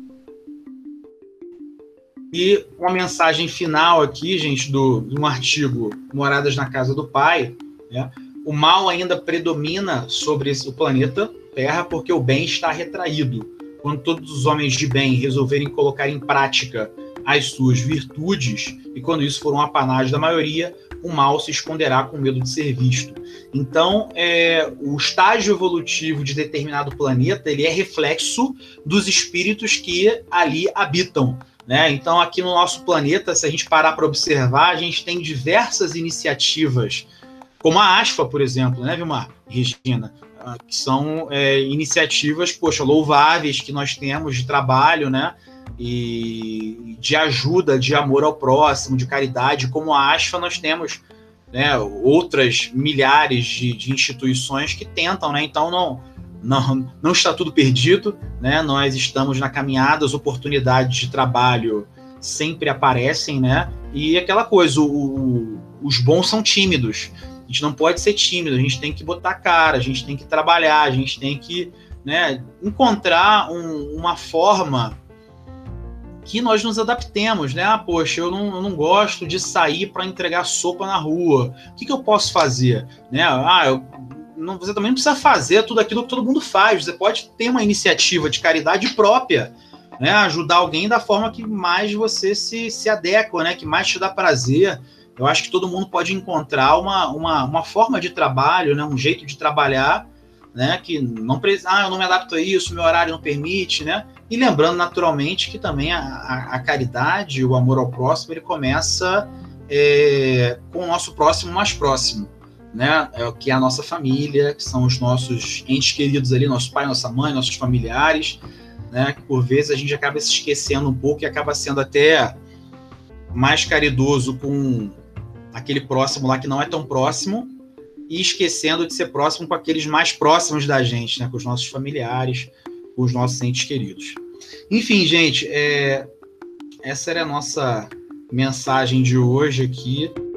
E uma mensagem final aqui, gente, de um artigo Moradas na Casa do Pai, né? O mal ainda predomina sobre o planeta Terra porque o bem está retraído. Quando todos os homens de bem resolverem colocar em prática as suas virtudes, e quando isso for um apanágio da maioria, o mal se esconderá com medo de ser visto. Então, o estágio evolutivo de determinado planeta ele é reflexo dos espíritos que ali habitam, né? Então, aqui no nosso planeta, se a gente parar para observar, a gente tem diversas iniciativas, como a ASFA, por exemplo, né, Vilmar, Regina, que são iniciativas, louváveis que nós temos de trabalho, né, e de ajuda, de amor ao próximo, de caridade. Como a ASFA, nós temos
né, outras milhares de instituições que tentam, né? Então não está tudo perdido, né? Nós estamos na caminhada, as oportunidades de trabalho sempre aparecem, né? E aquela coisa, os bons são tímidos. A gente não pode ser tímido, a gente tem que botar a cara, a gente tem que trabalhar, a gente tem que, né, encontrar uma forma que nós nos adaptemos, né? Poxa, eu não gosto de sair para entregar sopa na rua. O que eu posso fazer? Né? Você também não precisa fazer tudo aquilo que todo mundo faz. Você pode ter uma iniciativa de caridade própria, né? Ajudar alguém da forma que mais você se adequa, né? Que mais te dá prazer. Eu acho que todo mundo pode encontrar uma forma de trabalho, né? Um jeito de trabalhar, né? Que não precisa, eu não me adapto a isso, meu horário não permite, né? E lembrando naturalmente que também a caridade, o amor ao próximo, ele começa com o nosso próximo mais próximo, né? Que é a nossa família, que são os nossos entes queridos ali, nosso pai, nossa mãe, nossos familiares, né? Que por vezes a gente acaba se esquecendo um pouco e acaba sendo até mais caridoso com aquele próximo lá que não é tão próximo, e esquecendo de ser próximo com aqueles mais próximos da gente, né? Com os nossos familiares, com os nossos entes queridos. Enfim, gente, essa era a nossa mensagem de hoje aqui.